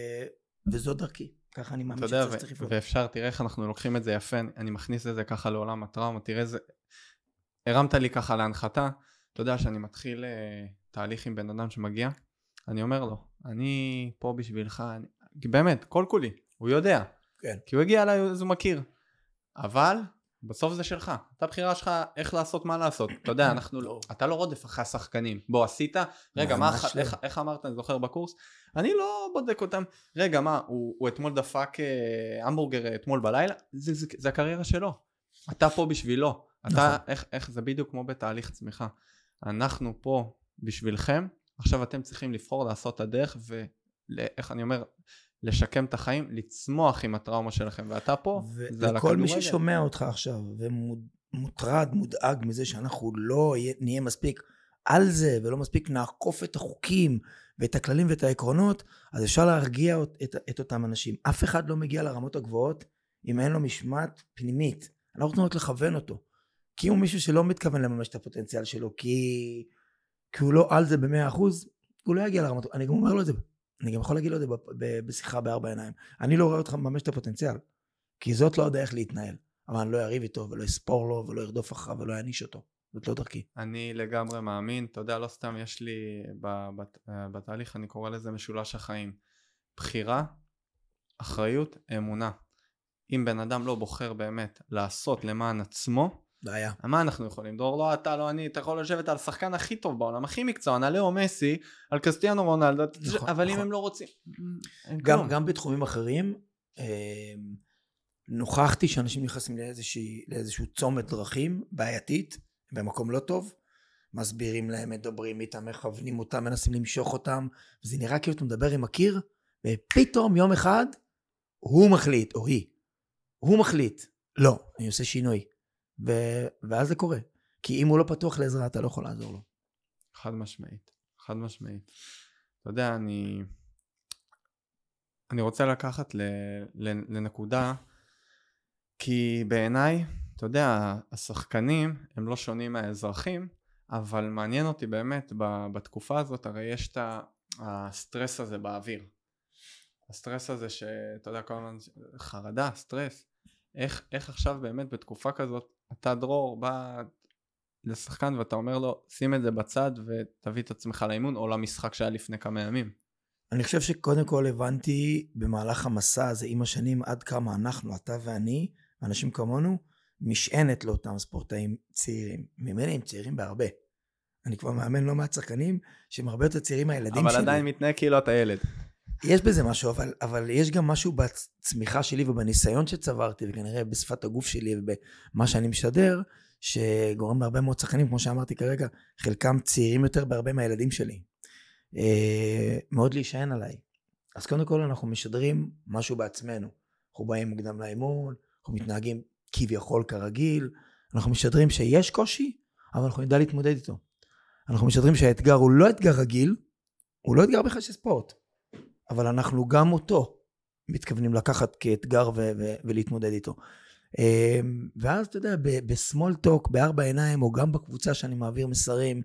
וזו דרכי. ככה אני מאמין שצריך צריך לפעול. ואפשר, תראה איך אנחנו לוקחים את זה יפה, אני מכניס את זה ככה לעולם הטראומה, תראה זה, הרמת לי ככה להנחתה, אתה יודע שאני מתחיל תהליך עם בן אדם שמגיע, אני אומר לו, אני פה בשבילך, אני... באמת, כל כולי, הוא יודע, כן. כי הוא הגיע אליי, אז הוא מכיר, אבל בסוף זה שלך, אתה בחירה שלך איך לעשות, מה לעשות, אתה יודע, אנחנו, אתה לא רודף אחרי השחקנים, בוא עשית, רגע, מה, איך, איך אמרת, אני זוכר בקורס, אני לא בודק אותם, רגע, מה, הוא, הוא אתמול דפק אה, המבורגר אתמול בלילה, זה, זה, זה הקריירה שלו, אתה פה בשבילו, אתה, איך, איך, זה בדיוק כמו בתהליך צמיחה, אנחנו פה בשבילכם, עכשיו אתם צריכים לבחור לעשות את הדרך, ואיך אני אומר, לשקם את החיים, לצמוח עם הטראומה שלכם, ואתה פה, זה על הכדורגל. וכל מי ששומע אותך עכשיו, ומוטרד, מודאג מזה שאנחנו לא נהיה מספיק על זה, ולא מספיק נעקוף את החוקים, ואת הכללים ואת העקרונות, אז אפשר להרגיע את, את אותם אנשים. אף אחד לא מגיע לרמות הגבוהות, אם אין לו משמעת פנימית. אנחנו רוצים רק לכוון אותו. כי הוא מישהו שלא מתכוון לממש את הפוטנציאל שלו, כי, כי הוא לא על זה במאה אחוז, הוא לא יגיע לרמות. אני גם אומר לו את זה. אני גם יכול להגיד לו את זה בשיחה בארבע עיניים. אני לא רואה אותך ממש את הפוטנציאל, כי זאת לא הדרך להתנהל. אבל אני לא יריב איתו, ולא אספור לו, ולא ירדוף אחריו, ולא יעניש אותו. זאת לא דרכי. אני לגמרי מאמין, אתה יודע, לא סתם יש לי בתהליך, אני קורא לזה משולש החיים. בחירה, אחריות, אמונה. אם בן אדם לא בוחר באמת לעשות למען עצמו, בעיה. מה אנחנו יכולים? דור, לא אתה, לא אני, אתה יכול לשבת על השחקן הכי טוב בעולם, הכי מקצוען, על לאו מסי, על קריסטיאנו רונלדו, נכון, אבל נכון. אם הם לא רוצים, גם, גם בתחומים אחרים, נוכחתי שאנשים נכנסים לאיזשהו צומת דרכים בעייתית, במקום לא טוב, מסבירים להם, מדברים איתם, מכוונים אותם, מנסים למשוך אותם, וזה נראה כאילו אתה מדבר עם הקיר, ופתאום יום אחד, הוא מחליט, או היא, הוא מחליט, לא, אני עושה שינוי, ו- ואז זה קורה, כי אם הוא לא פתוח לעזרה, אתה לא יכול לעזור לו. חד משמעית, חד משמעית. אתה יודע, אני, אני רוצה לקחת ל- ל- לנקודה, כי בעיניי, אתה יודע, השחקנים הם לא שונים מהאזרחים, אבל מעניין אותי באמת בתקופה הזאת, הרי יש את הסטרס הזה באוויר. הסטרס הזה שאתה יודע כל הזמן, חרדה, סטרס, איך, איך עכשיו באמת בתקופה כזאת, אתה דרור בא לשחקן ואתה אומר לו, שים את זה בצד ותביא את עצמך לאימון או למשחק שהיה לפני כמה ימים. אני חושב שקודם כל הבנתי במהלך המסע הזה עם השנים עד כמה אנחנו, אתה ואני, אנשים כמונו, משענת לאותם ספורטאים צעירים. ממני הם צעירים בהרבה. אני כבר מאמן לא מעט שחקנים שהם הרבה יותר צעירים מהילדים אבל שלי. אבל עדיין מתנהג כאילו אתה ילד. יש בזה משהו, אבל, אבל יש גם משהו בצמיחה שלי ובניסיון שצברתי, וכנראה בשפת הגוף שלי ובמה שאני משדר, שגורם להרבה מאוד שחקנים, כמו שאמרתי כרגע, חלקם צעירים יותר בהרבה מהילדים שלי. אה, מאוד להישען עליי. אז קודם כל אנחנו משדרים משהו בעצמנו. אנחנו באים מוקדם לאימון, אנחנו מתנהגים כביכול כרגיל, אנחנו משדרים שיש קושי, אבל אנחנו נדע להתמודד איתו. אנחנו משדרים שהאתגר הוא לא אתגר רגיל, הוא לא אתגר בכלל של ספורט, אבל אנחנו גם אותו מתכוונים לקחת כאתגר ו- ו- ולהתמודד איתו. ואז אתה יודע, בסמול טוק, בארבע עיניים, או גם בקבוצה שאני מעביר מסרים,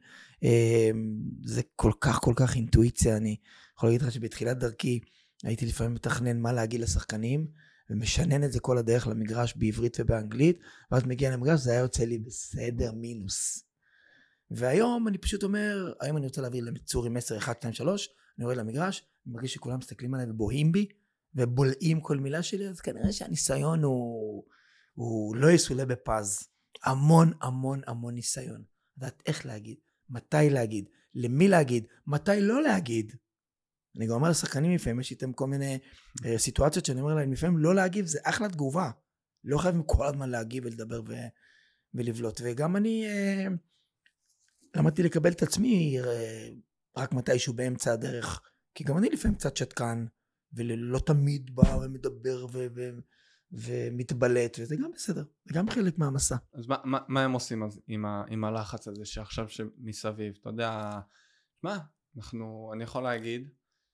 זה כל כך כל כך אינטואיציה. אני יכול להגיד לך שבתחילת דרכי הייתי לפעמים מתכנן מה להגיד לשחקנים, ומשנן את זה כל הדרך למגרש בעברית ובאנגלית, ואז מגיע למגרש, זה היה יוצא לי בסדר מינוס. והיום אני פשוט אומר, היום אני רוצה להעביר לצורי מסר אחת, שתיים, שלוש, אני יורד למגרש, אני מרגיש שכולם מסתכלים עליי ובוהים בי, ובולעים כל מילה שלי, אז כנראה שהניסיון הוא, הוא לא יסולה בפז. המון המון המון ניסיון. לדעת איך להגיד, מתי להגיד, למי להגיד, מתי לא להגיד. אני גם אומר לשחקנים לפעמים, יש איתם כל מיני uh, סיטואציות שאני אומר להם, לפעמים לא להגיב זה אחלה תגובה. לא חייבים כל הזמן להגיב ולדבר ו, ולבלוט. וגם אני uh, למדתי לקבל את עצמי uh, רק מתישהו באמצע הדרך, כי גם אני לפעמים קצת שתקן, ולא תמיד בא ומדבר ו- ו- ומתבלט, וזה גם בסדר, זה גם חלק מהמסע. אז מה, מה, מה הם עושים אז עם, ה, עם הלחץ הזה שעכשיו שמסביב? אתה יודע, מה? אנחנו, אני יכול להגיד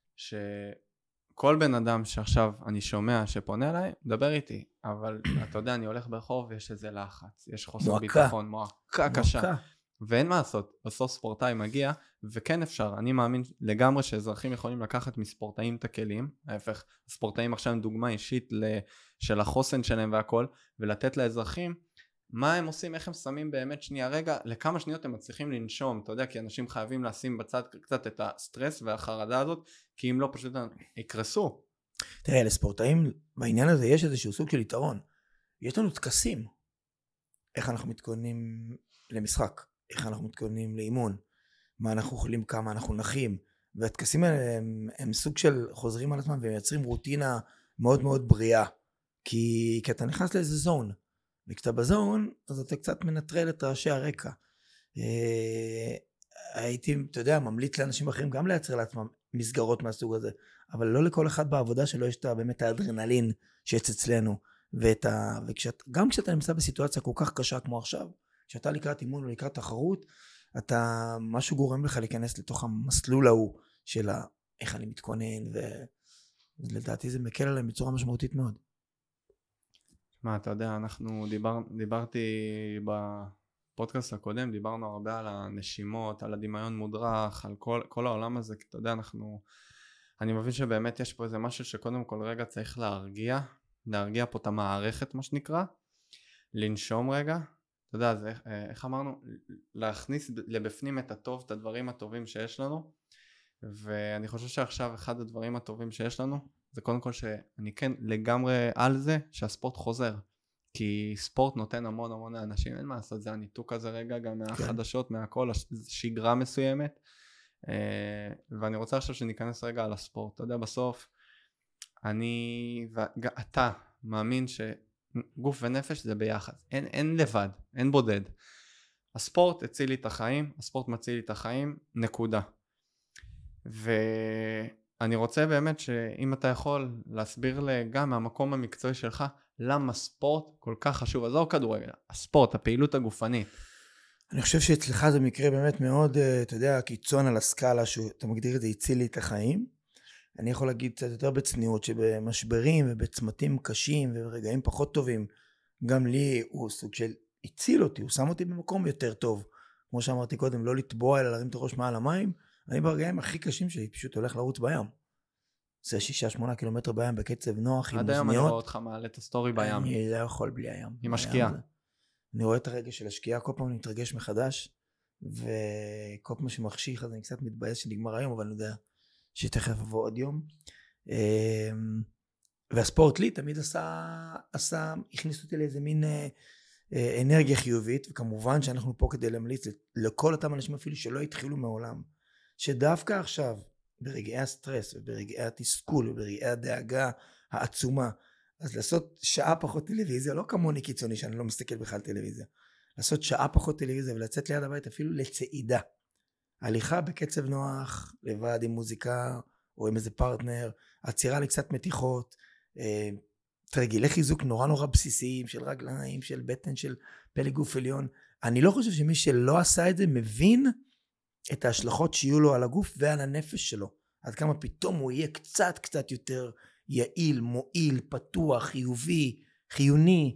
שכל בן אדם שעכשיו אני שומע שפונה אליי, מדבר איתי, אבל אתה יודע, אני הולך ברחוב ויש איזה לחץ, יש חוסר מועקה. ביטחון, מועקה קשה. מועקה. ואין מה לעשות, בסוף ספורטאי מגיע, וכן אפשר, אני מאמין לגמרי שאזרחים יכולים לקחת מספורטאים את הכלים, ההפך, ספורטאים עכשיו הם דוגמה אישית של החוסן שלהם והכל, ולתת לאזרחים, מה הם עושים, איך הם שמים באמת שנייה רגע, לכמה שניות הם מצליחים לנשום, אתה יודע, כי אנשים חייבים לשים בצד קצת את הסטרס והחרדה הזאת, כי אם לא פשוט יקרסו. תראה, לספורטאים בעניין הזה יש איזשהו סוג של יתרון, יש לנו תקסים, איך אנחנו מתכוננים למשחק, איך אנחנו מתכוננים לאימון, מה אנחנו אוכלים, כמה אנחנו נחים, והתקסים האלה הם, הם סוג של חוזרים על עצמם ומייצרים רוטינה מאוד מאוד בריאה, כי, כי אתה נכנס לאיזה זון, וכשאתה בזון אז אתה קצת מנטרל את רעשי הרקע. אה, הייתי, אתה יודע, ממליץ לאנשים אחרים גם לייצר לעצמם מסגרות מהסוג הזה, אבל לא לכל אחד בעבודה שלו יש את באמת האדרנלין שיש אצלנו, ואת ה... וכשאת, גם כשאתה נמצא בסיטואציה כל כך קשה כמו עכשיו, כשאתה לקראת אימון ולקראת תחרות, אתה, משהו גורם לך להיכנס לתוך המסלול ההוא של איך אני מתכונן, ולדעתי זה מקל עליהם בצורה משמעותית מאוד. מה, אתה יודע, אנחנו דיבר, דיברתי בפודקאסט הקודם, דיברנו הרבה על הנשימות, על הדמיון מודרך, על כל, כל העולם הזה, כי אתה יודע, אנחנו, אני מבין שבאמת יש פה איזה משהו שקודם כל רגע צריך להרגיע, להרגיע פה את המערכת, מה שנקרא, לנשום רגע, אתה יודע, זה, איך אמרנו, להכניס לבפנים את הטוב, את הדברים הטובים שיש לנו, ואני חושב שעכשיו אחד הדברים הטובים שיש לנו, זה קודם כל שאני כן לגמרי על זה שהספורט חוזר, כי ספורט נותן המון המון לאנשים, אין מה לעשות, זה הניתוק הזה רגע, גם מהחדשות, מהכל, שגרה מסוימת, ואני רוצה עכשיו שניכנס רגע על הספורט, אתה יודע, בסוף, אני ואתה מאמין שגוף ונפש זה ביחד, אין, אין לבד, אין בודד, הספורט הציל לי את החיים, הספורט מציל לי את החיים, נקודה. ואני רוצה באמת שאם אתה יכול להסביר לי גם מהמקום המקצועי שלך למה ספורט כל כך חשוב, אז לא כדורגל, הספורט, הפעילות הגופנית. אני חושב שאצלך זה מקרה באמת מאוד, אתה יודע, קיצון על הסקאלה שאתה מגדיר את זה, הציל לי את החיים. אני יכול להגיד קצת יותר בצניעות שבמשברים ובצמתים קשים ורגעים פחות טובים, גם לי הוא סוג של הציל אותי, הוא שם אותי במקום יותר טוב. כמו שאמרתי קודם, לא לטבוע אלא להרים את הראש מעל המים, אני ברגעים הכי קשים שלי פשוט הולך לרוץ בים. עושה שישה שמונה קילומטר בים בקצב נוח עם עד אוזניות. היום אני רואה אותך מעלה את הסטורי בים. אני לא יכול בלי הים. עם השקיעה. אני רואה את הרגע של השקיעה, כל פעם אני מתרגש מחדש, וכל פעם שמחשיך, אז אני קצת מתבאס שנגמר היום, אבל אני יודע שתכף עבור עוד יום. והספורט לי תמיד עשה, עשה, הכניס אותי לאיזה מין אנרגיה חיובית, וכמובן שאנחנו פה כדי להמליץ לכל אותם אנשים אפילו שלא התחילו מעולם, שדווקא עכשיו, ברגעי הסטרס וברגעי התסכול וברגעי הדאגה העצומה, אז לעשות שעה פחות טלוויזיה, לא כמוני קיצוני שאני לא מסתכל בכלל טלוויזיה, לעשות שעה פחות טלוויזיה ולצאת ליד הבית אפילו לצעידה, הליכה בקצב נוח, לבד עם מוזיקה או עם איזה פרטנר, עצירה לקצת מתיחות, תרגילי חיזוק נורא נורא בסיסיים של רגליים, של בטן, של פלג גוף עליון. אני לא חושב שמי שלא עשה את זה מבין את ההשלכות שיהיו לו על הגוף ועל הנפש שלו, עד כמה פתאום הוא יהיה קצת קצת יותר יעיל, מועיל, פתוח, חיובי, חיוני.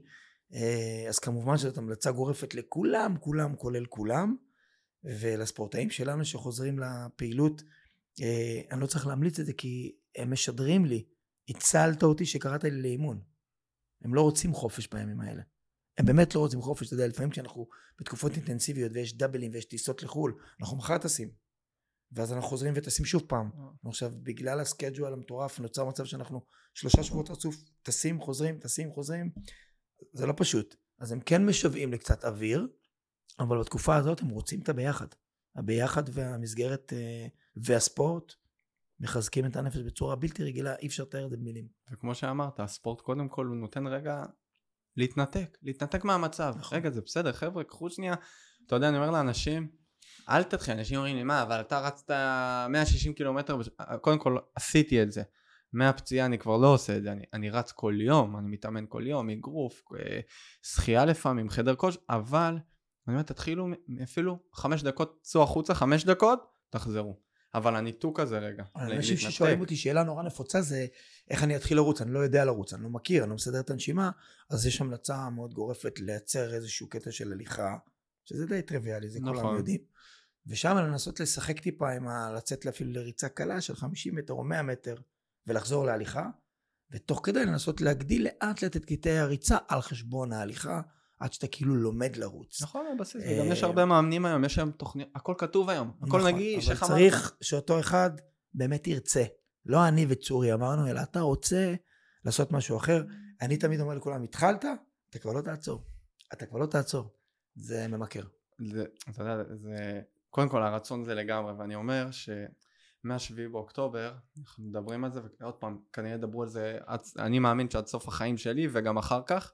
אז כמובן שזאת המלצה גורפת לכולם, כולם כולל כולם, ולספורטאים שלנו שחוזרים לפעילות, אני לא צריך להמליץ את זה כי הם משדרים לי, הצלת אותי שקראת לי לאימון. הם לא רוצים חופש בימים האלה. הם באמת לא רוצים חופש, אתה יודע, לפעמים כשאנחנו בתקופות אינטנסיביות ויש דאבלים ויש טיסות לחול, אנחנו מחר טסים. ואז אנחנו חוזרים וטסים שוב פעם. עכשיו, בגלל הסקייג'ואל המטורף, נוצר מצב שאנחנו שלושה שבועות רצוף, טסים, חוזרים, טסים, חוזרים. זה לא פשוט. אז הם כן משוועים לקצת אוויר, אבל בתקופה הזאת הם רוצים את הביחד. הביחד והמסגרת והספורט מחזקים את הנפש בצורה בלתי רגילה, אי אפשר לתאר את זה במילים. וכמו שאמרת, הספורט קודם כל הוא נותן רגע להתנתק, להתנתק מהמצב. נכון. רגע, זה בסדר, חבר'ה, קחו שנייה. אתה יודע, אני אומר לאנשים, אל תתחיל, אנשים אומרים לי, מה, אבל אתה רצת מאה ושישים קילומטר, קודם כל עשיתי את זה. מהפציעה אני כבר לא עושה את זה, אני, אני רץ כל יום, אני מתאמן כל יום, אגרוף, שחייה לפעמים, חדר כושר, אבל אני אומר, תתחילו אפילו חמש דקות, צאו החוצה, חמש דקות, תחזרו. אבל הניתוק הזה רגע. אנשים ששואלים אותי, שאלה נורא נפוצה זה, איך אני אתחיל לרוץ? אני לא יודע לרוץ, אני לא מכיר, אני לא מסדר את הנשימה, אז יש המלצה מאוד גורפת לייצר איזשהו קטע של הליכה, שזה די טריוויאלי, זה נכון. כולם יודעים. ושם לנסות לשחק טיפה עם ה... לצאת אפילו לריצה קלה של חמישים מטר או מאה מטר, ולחזור להליכה, ותוך כדי לנסות להגדיל לאט לאט את קטעי הריצה על חשבון ההליכה, עד שאתה כאילו לומד לרוץ. נכון, בבסיס, וגם יש הרבה מאמנים היום, יש היום תוכניות, הכל כתוב היום, הכל נגיש. אבל צריך שאותו אחד באמת ירצה, לא אני וצורי אמרנו, אלא אתה רוצה לעשות משהו אחר. אני תמיד אומר לכולם, התחלת, אתה כבר לא תעצור, אתה כבר לא תעצור, זה ממכר. זה, אתה יודע, זה, קודם כל הרצון זה לגמרי, ואני אומר שמהשביעי באוקטובר, אנחנו מדברים על זה, ועוד פעם, כנראה דברו על זה, אני מאמין שעד סוף החיים שלי, וגם אחר כך,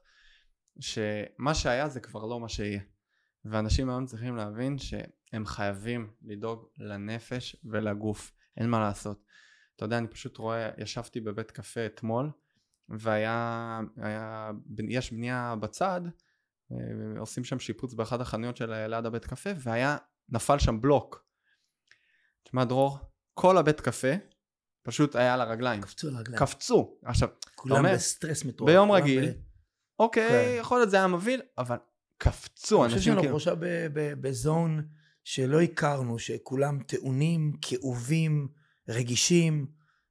שמה שהיה זה כבר לא מה שיהיה. ואנשים היום צריכים להבין שהם חייבים לדאוג לנפש ולגוף. אין מה לעשות. אתה יודע, אני פשוט רואה, ישבתי בבית קפה אתמול, והיה, היה, יש בנייה בצד, עושים שם שיפוץ באחד החנויות של ליד הבית קפה, והיה, נפל שם בלוק. תשמע דרור, כל הבית קפה, פשוט היה על הרגליים. קפצו על הרגליים. קפצו. עכשיו, כולם אומר, בסטרס מטורף. ביום רגיל, ב... אוקיי, יכול להיות זה היה מביא, אבל קפצו. אני חושב שאנחנו עכשיו בזון שלא הכרנו, שכולם טעונים, כאובים, רגישים,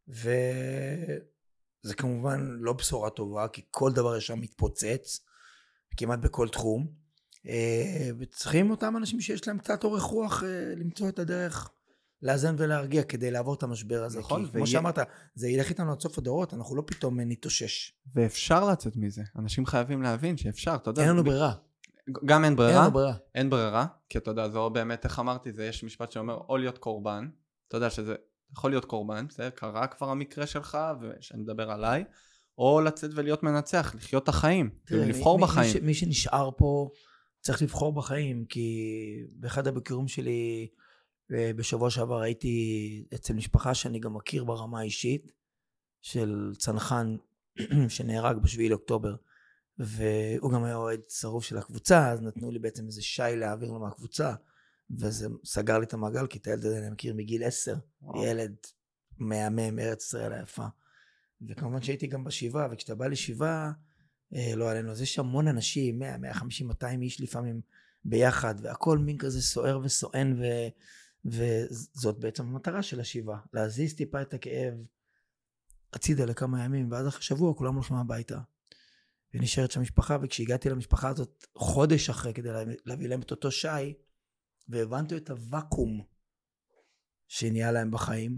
וזה כמובן לא בשורה טובה, כי כל דבר שם מתפוצץ, כמעט בכל תחום, וצריכים אותם אנשים שיש להם קצת אורך רוח למצוא את הדרך לאזן ולהרגיע כדי לעבור את המשבר הזה. נכון, כי כמו שאמרת, זה ילך איתנו עד סוף הדורות, אנחנו לא פתאום נתאושש. ואפשר לצאת מזה. אנשים חייבים להבין שאפשר, אתה יודע. אין לנו ברירה. גם אין ברירה. אין לנו ברירה. אין ברירה, כי אתה יודע, זה באמת, איך אמרתי, זה יש משפט שאומר, או להיות קורבן, אתה יודע שזה יכול להיות קורבן, זה קרה כבר המקרה שלך, ושאני מדבר עליי, או לצאת ולהיות מנצח, לחיות את החיים, לבחור בחיים. מי שנשאר פה צריך לבחור בחיים, כי באחד הביקורים שלי בשבוע שעבר הייתי אצל משפחה שאני גם מכיר ברמה האישית, של צנחן שנהרג בשביעי לאוקטובר, והוא גם היה אוהד שרוף של הקבוצה, אז נתנו לי בעצם איזה שי להעביר לו מהקבוצה, וזה סגר לי את המעגל, כי את הילד הזה אני מכיר מגיל עשר, ילד מהמם, ארץ ישראל היפה. וכמובן שהייתי גם בשבעה, וכשאתה בא לשבעה, לא עלינו, אז יש המון אנשים, מאה, מאה חמישים, מאתיים איש לפעמים ביחד, והכל מין כזה סוער וסוען, ו... וזאת בעצם המטרה של השבעה, להזיז טיפה את הכאב, הצידה לכמה ימים, ואז אחרי שבוע כולם הולכים הביתה. ונשארת שם משפחה, וכשהגעתי למשפחה הזאת חודש אחרי, כדי להביא להם את אותו שי, והבנתי את הוואקום שנהיה להם בחיים,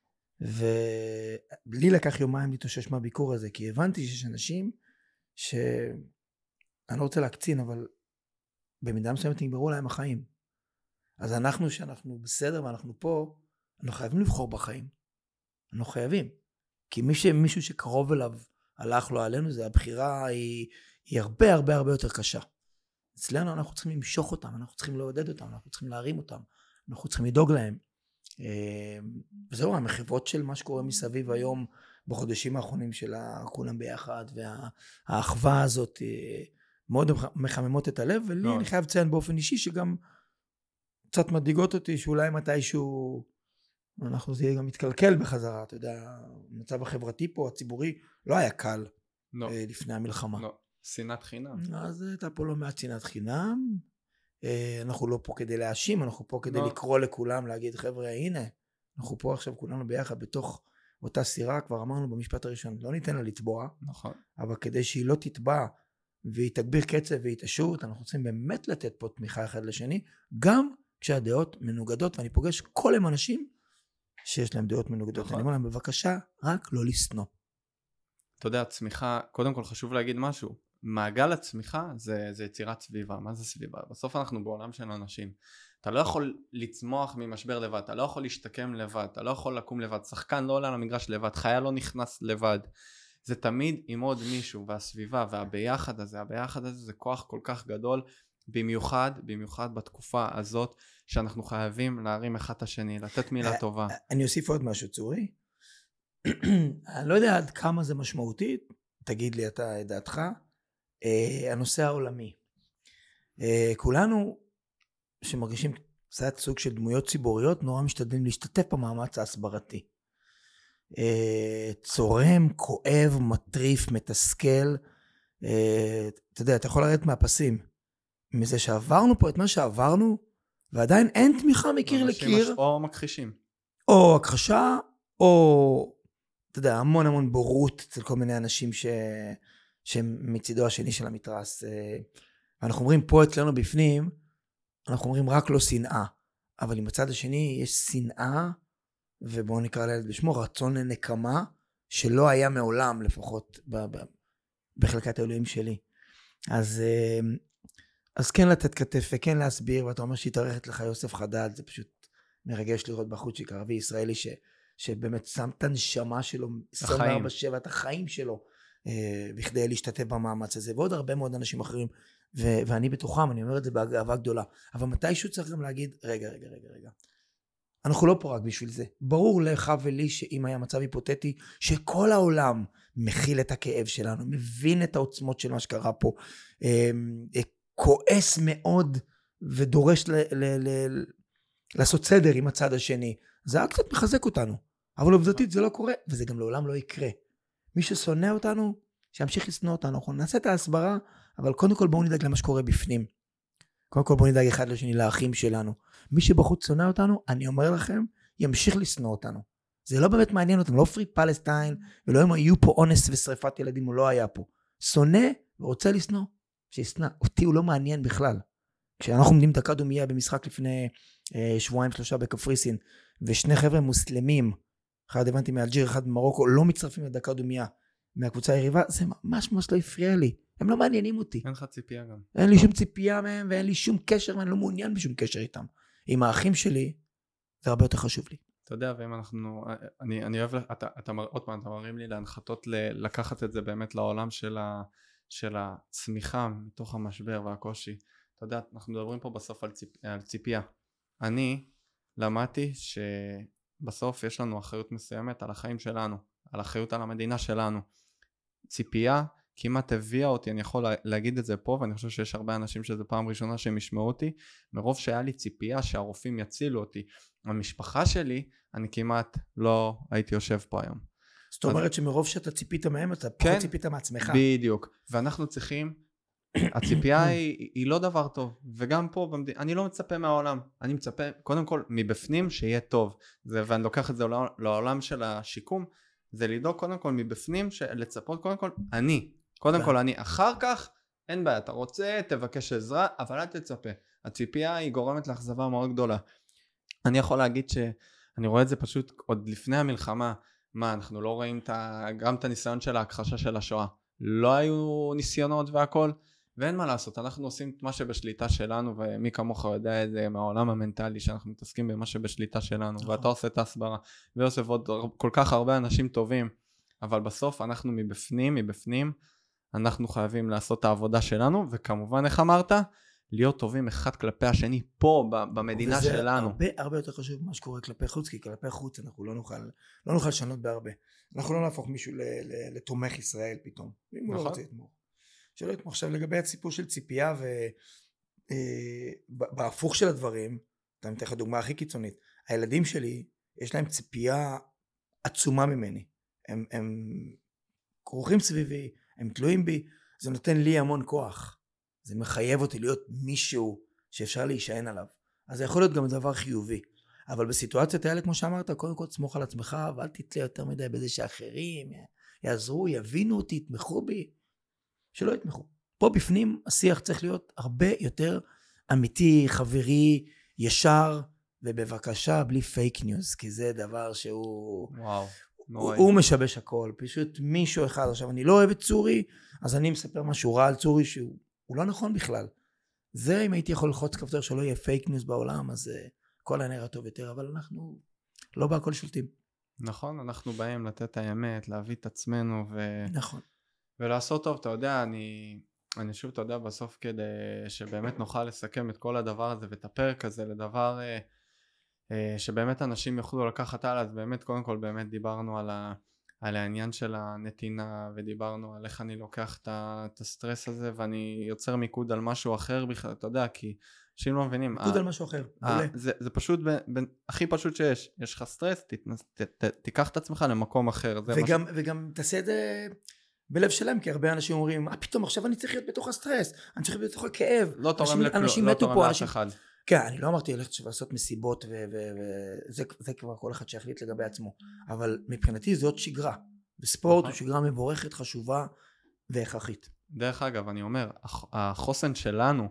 ולי לקח יומיים להתאושש מהביקור הזה, כי הבנתי שיש אנשים ש... אני לא רוצה להקצין, אבל במידה מסוימת נגמרו להם החיים. אז אנחנו, שאנחנו בסדר ואנחנו פה, אנחנו חייבים לבחור בחיים. אנחנו חייבים. כי מי ש... מישהו שקרוב אליו הלך לו עלינו, זה הבחירה היא, היא הרבה הרבה הרבה יותר קשה. אצלנו אנחנו צריכים למשוך אותם, אנחנו צריכים לעודד אותם, אנחנו צריכים להרים אותם, אנחנו צריכים לדאוג להם. וזהו, המחוות של מה שקורה מסביב היום, בחודשים האחרונים של כולם ביחד, והאחווה הזאת מאוד מחממות את הלב, ולי אני חייב לציין באופן אישי, שגם קצת מדאיגות אותי, שאולי מתישהו אנחנו זה גם מתקלקל בחזרה, אתה יודע, המצב החברתי פה, הציבורי, לא היה קל לא. לפני המלחמה. לא, שנאת חינם. אז הייתה פה לא מעט שנאת חינם, אנחנו לא פה כדי להאשים, אנחנו פה כדי לא. לקרוא לכולם, להגיד חבר'ה, הנה, אנחנו פה עכשיו כולנו ביחד בתוך אותה סירה, כבר אמרנו במשפט הראשון, לא ניתן לה לטבוע, נכון. אבל כדי שהיא לא תטבע, והיא תגביר קצב והתעשות, אנחנו רוצים באמת לתת פה תמיכה אחד לשני, גם כשהדעות מנוגדות, ואני פוגש כל הם אנשים, שיש להם דעות מנוגדות. נכון. אני אומר להם, בבקשה, רק לא לסנוע. אתה יודע, צמיחה, קודם כל חשוב להגיד משהו. מעגל הצמיחה זה, זה יצירת סביבה. מה זה סביבה? בסוף אנחנו בעולם של אנשים. אתה לא יכול לצמוח ממשבר לבד, אתה לא יכול להשתקם לבד, אתה לא יכול לקום לבד. שחקן לא עולה למגרש לבד, חיה לא נכנס לבד. זה תמיד עם עוד מישהו, והסביבה והביחד הזה, הביחד הזה זה כוח כל כך גדול, במיוחד, במיוחד בתקופה הזאת, שאנחנו חייבים להרים אחד את השני, לתת מילה טובה. אני אוסיף עוד משהו, צורי. אני לא יודע עד כמה זה משמעותי, תגיד לי אתה את דעתך, הנושא העולמי. כולנו שמרגישים קצת סוג של דמויות ציבוריות, נורא משתדלים להשתתף במאמץ ההסברתי. צורם, כואב, מטריף, מתסכל. אתה יודע, אתה יכול לרדת מהפסים. מזה שעברנו פה את מה שעברנו, ועדיין אין תמיכה מקיר לקיר. או מכחישים. או הכחשה, או, אתה יודע, המון המון בורות אצל כל מיני אנשים ש... שמצידו השני של המתרס. אנחנו אומרים פה אצלנו בפנים, אנחנו אומרים רק לא שנאה. אבל עם הצד השני יש שנאה, ובואו נקרא לילד בשמו, רצון לנקמה, שלא היה מעולם, לפחות ב... ב... בחלקת האלוהים שלי. אז... אז כן לתת כתף וכן להסביר, ואתה אומר שהתארחת לך יוסף חדד, זה פשוט מרגש לראות בחוצ'יק ערבי ישראלי, ש, שבאמת שם את הנשמה שלו, עשרים וארבע שבע, את החיים שלו, אה, בכדי להשתתף במאמץ הזה, ועוד הרבה מאוד אנשים אחרים, ו, ואני בתוכם, אני אומר את זה באהבה גדולה, אבל מתישהו צריך גם להגיד, רגע, רגע, רגע, רגע, אנחנו לא פה רק בשביל זה, ברור לך ולי שאם היה מצב היפותטי, שכל העולם מכיל את הכאב שלנו, מבין את העוצמות של מה שקרה פה, אה, אה, כועס מאוד ודורש ל- ל- ל- לעשות סדר עם הצד השני. זה היה קצת מחזק אותנו, אבל עובדתית זה לא קורה, וזה גם לעולם לא יקרה. מי ששונא אותנו, שימשיך לשנוא אותנו. אנחנו נעשה את ההסברה, אבל קודם כל בואו נדאג למה שקורה בפנים. קודם כל בואו נדאג אחד לשני, לאחים שלנו. מי שבחוץ שונא אותנו, אני אומר לכם, ימשיך לשנוא אותנו. זה לא באמת מעניין אותנו, לא פרי פלסטיין, ולא אם היו פה אונס ושריפת ילדים, הוא לא היה פה. שונא ורוצה לשנוא. שיסנא, אותי הוא לא מעניין בכלל. כשאנחנו עומדים דקה דומייה במשחק לפני אה, שבועיים שלושה בקפריסין, ושני חבר'ה מוסלמים, אחד הבנתי מאלג'יר, אחד ממרוקו, לא מצטרפים לדקה דומייה מהקבוצה היריבה, זה ממש ממש לא הפריע לי. הם לא מעניינים אותי. אין לך ציפייה גם. אין לי שום ציפייה מהם, ואין לי שום קשר, ואני לא מעוניין בשום קשר איתם. עם האחים שלי, זה הרבה יותר חשוב לי. אתה יודע, ואם אנחנו, אני, אני אוהב, אתה, אתה, עוד פעם, אתה מראים לי להנחתות לקחת את זה באמת לעולם של ה... של הצמיחה מתוך המשבר והקושי. אתה יודע, אנחנו מדברים פה בסוף על, ציפ... על ציפייה. אני למדתי שבסוף יש לנו אחריות מסוימת על החיים שלנו, על אחריות על המדינה שלנו. ציפייה כמעט הביאה אותי, אני יכול להגיד את זה פה, ואני חושב שיש הרבה אנשים שזה פעם ראשונה שהם ישמעו אותי, מרוב שהיה לי ציפייה שהרופאים יצילו אותי. המשפחה שלי, אני כמעט לא הייתי יושב פה היום. זאת אומרת שמרוב שאתה ציפית מהם, אתה פחות ציפית מעצמך. בדיוק. ואנחנו צריכים, הציפייה היא, היא לא דבר טוב. וגם פה, אני לא מצפה מהעולם. אני מצפה, קודם כל, מבפנים שיהיה טוב. ואני לוקח את זה לעולם של השיקום. זה לדאוג קודם כל מבפנים, לצפות קודם כל, אני, קודם כל אני, אחר כך, אין בעיה, אתה רוצה, תבקש עזרה, אבל אל תצפה. הציפייה היא גורמת לאכזבה מאוד גדולה. אני יכול להגיד שאני רואה את זה פשוט עוד לפני המלחמה, מה, אנחנו לא רואים את ה... גם את הניסיון של ההכחשה של השואה. לא היו ניסיונות והכל, ואין מה לעשות, אנחנו עושים את מה שבשליטה שלנו, ומי כמוך יודע את זה מהעולם המנטלי, שאנחנו מתעסקים במה שבשליטה שלנו, ואתה עושה את ההסברה, ויוסף עוד כל כך הרבה אנשים טובים, אבל בסוף אנחנו מבפנים, מבפנים, אנחנו חייבים לעשות את העבודה שלנו, וכמובן, איך אמרת? להיות טובים אחד כלפי השני פה במדינה שלנו. וזה הרבה הרבה יותר חשוב מה שקורה כלפי חוץ, כי כלפי חוץ אנחנו לא נוכל, לא נוכל לשנות בהרבה. אנחנו לא נהפוך מישהו לתומך ישראל פתאום. אם הוא לא רוצה לתמוך. שלא יתמוך. עכשיו לגבי הסיפור של ציפייה ובהפוך של הדברים, אתה מתאר לך דוגמה הכי קיצונית, הילדים שלי יש להם ציפייה עצומה ממני. הם, הם כרוכים סביבי, הם תלויים בי, זה נותן לי המון כוח. זה מחייב אותי להיות מישהו שאפשר להישען עליו. אז זה יכול להיות גם דבר חיובי. אבל בסיטואציות האלה, כמו שאמרת, קודם כל תסמוך על עצמך, ואל תתלה יותר מדי בזה שאחרים יעזרו, יבינו אותי, יתמכו בי. שלא יתמכו. פה בפנים השיח צריך להיות הרבה יותר אמיתי, חברי, ישר, ובבקשה בלי פייק ניוז, כי זה דבר שהוא... וואו. הוא, הוא משבש הכל. פשוט מישהו אחד. עכשיו, אני לא אוהב את צורי, אז אני מספר משהו רע על צורי שהוא... הוא לא נכון בכלל. זה אם הייתי יכול ללחוץ כפתור שלא יהיה פייק ניוז בעולם, אז uh, כל הנראה טוב יותר, אבל אנחנו לא בהכל שולטים. נכון, אנחנו באים לתת את האמת, להביא את עצמנו ו... נכון. ולעשות טוב, אתה יודע, אני, אני שוב, אתה יודע, בסוף כדי שבאמת נוכל לסכם את כל הדבר הזה ואת הפרק הזה לדבר אה, אה, שבאמת אנשים יוכלו לקחת הלאה, אז באמת, קודם כל, באמת דיברנו על ה... על העניין של הנתינה, ודיברנו על איך אני לוקח את הסטרס הזה, ואני יוצר מיקוד על משהו אחר בכלל, אתה יודע, כי אנשים לא מבינים. מיקוד על משהו אחר, מעולה. זה, זה פשוט, ב, ב, הכי פשוט שיש, יש לך סטרס, תתנס, ת, ת, תיקח את עצמך למקום אחר. זה וגם, משהו... וגם תעשה את זה בלב שלם, כי הרבה אנשים אומרים, אה, פתאום עכשיו אני צריך להיות בתוך הסטרס, אני צריך להיות בתוך הכאב. לא תורם לכלום, לא תורם לאף אחד. כן, אני לא אמרתי ללכת לעשות מסיבות, וזה כבר כל אחד שיחליט לגבי עצמו, אבל מבחינתי זאת שגרה. בספורט הוא שגרה מבורכת, חשובה והכרחית. דרך אגב, אני אומר, החוסן שלנו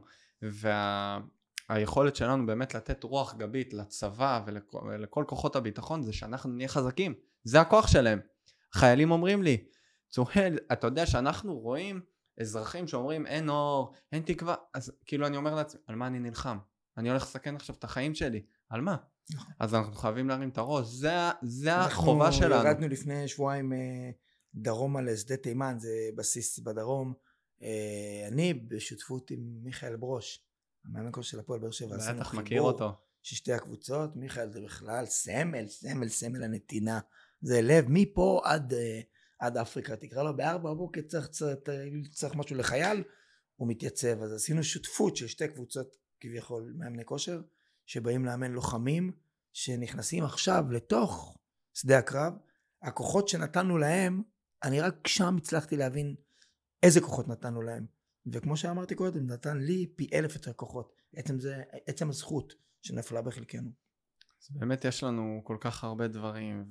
והיכולת שלנו באמת לתת רוח גבית לצבא ולכל כוחות הביטחון, זה שאנחנו נהיה חזקים. זה הכוח שלהם. חיילים אומרים לי, צוהל, אתה יודע שאנחנו רואים אזרחים שאומרים אין אור, אין תקווה, אז כאילו אני אומר לעצמי, על מה אני נלחם? אני הולך לסכן עכשיו את החיים שלי. על מה? אז אנחנו חייבים להרים את הראש, זה, זה החובה שלנו. אנחנו ירדנו לפני שבועיים דרומה לשדה תימן, זה בסיס בדרום, אני בשותפות עם מיכאל ברוש, המאמן כושר של הפועל באר שבע, עשינו בטח מכיר אותו. ששתי הקבוצות, מיכאל זה בכלל סמל, סמל, סמל הנתינה, זה לב מפה עד, עד אפריקה, תקרא לו בארבע בבוקר, צריך, צריך, צריך משהו לחייל, הוא מתייצב, אז עשינו שותפות של שתי קבוצות כביכול מאמני כושר, שבאים לאמן לוחמים שנכנסים עכשיו לתוך שדה הקרב. הכוחות שנתנו להם, אני רק שם הצלחתי להבין איזה כוחות נתנו להם, וכמו שאמרתי קודם, נתן לי פי אלף יותר כוחות. עצם זה, עצם הזכות שנפלה בחלקנו. אז באמת יש לנו כל כך הרבה דברים,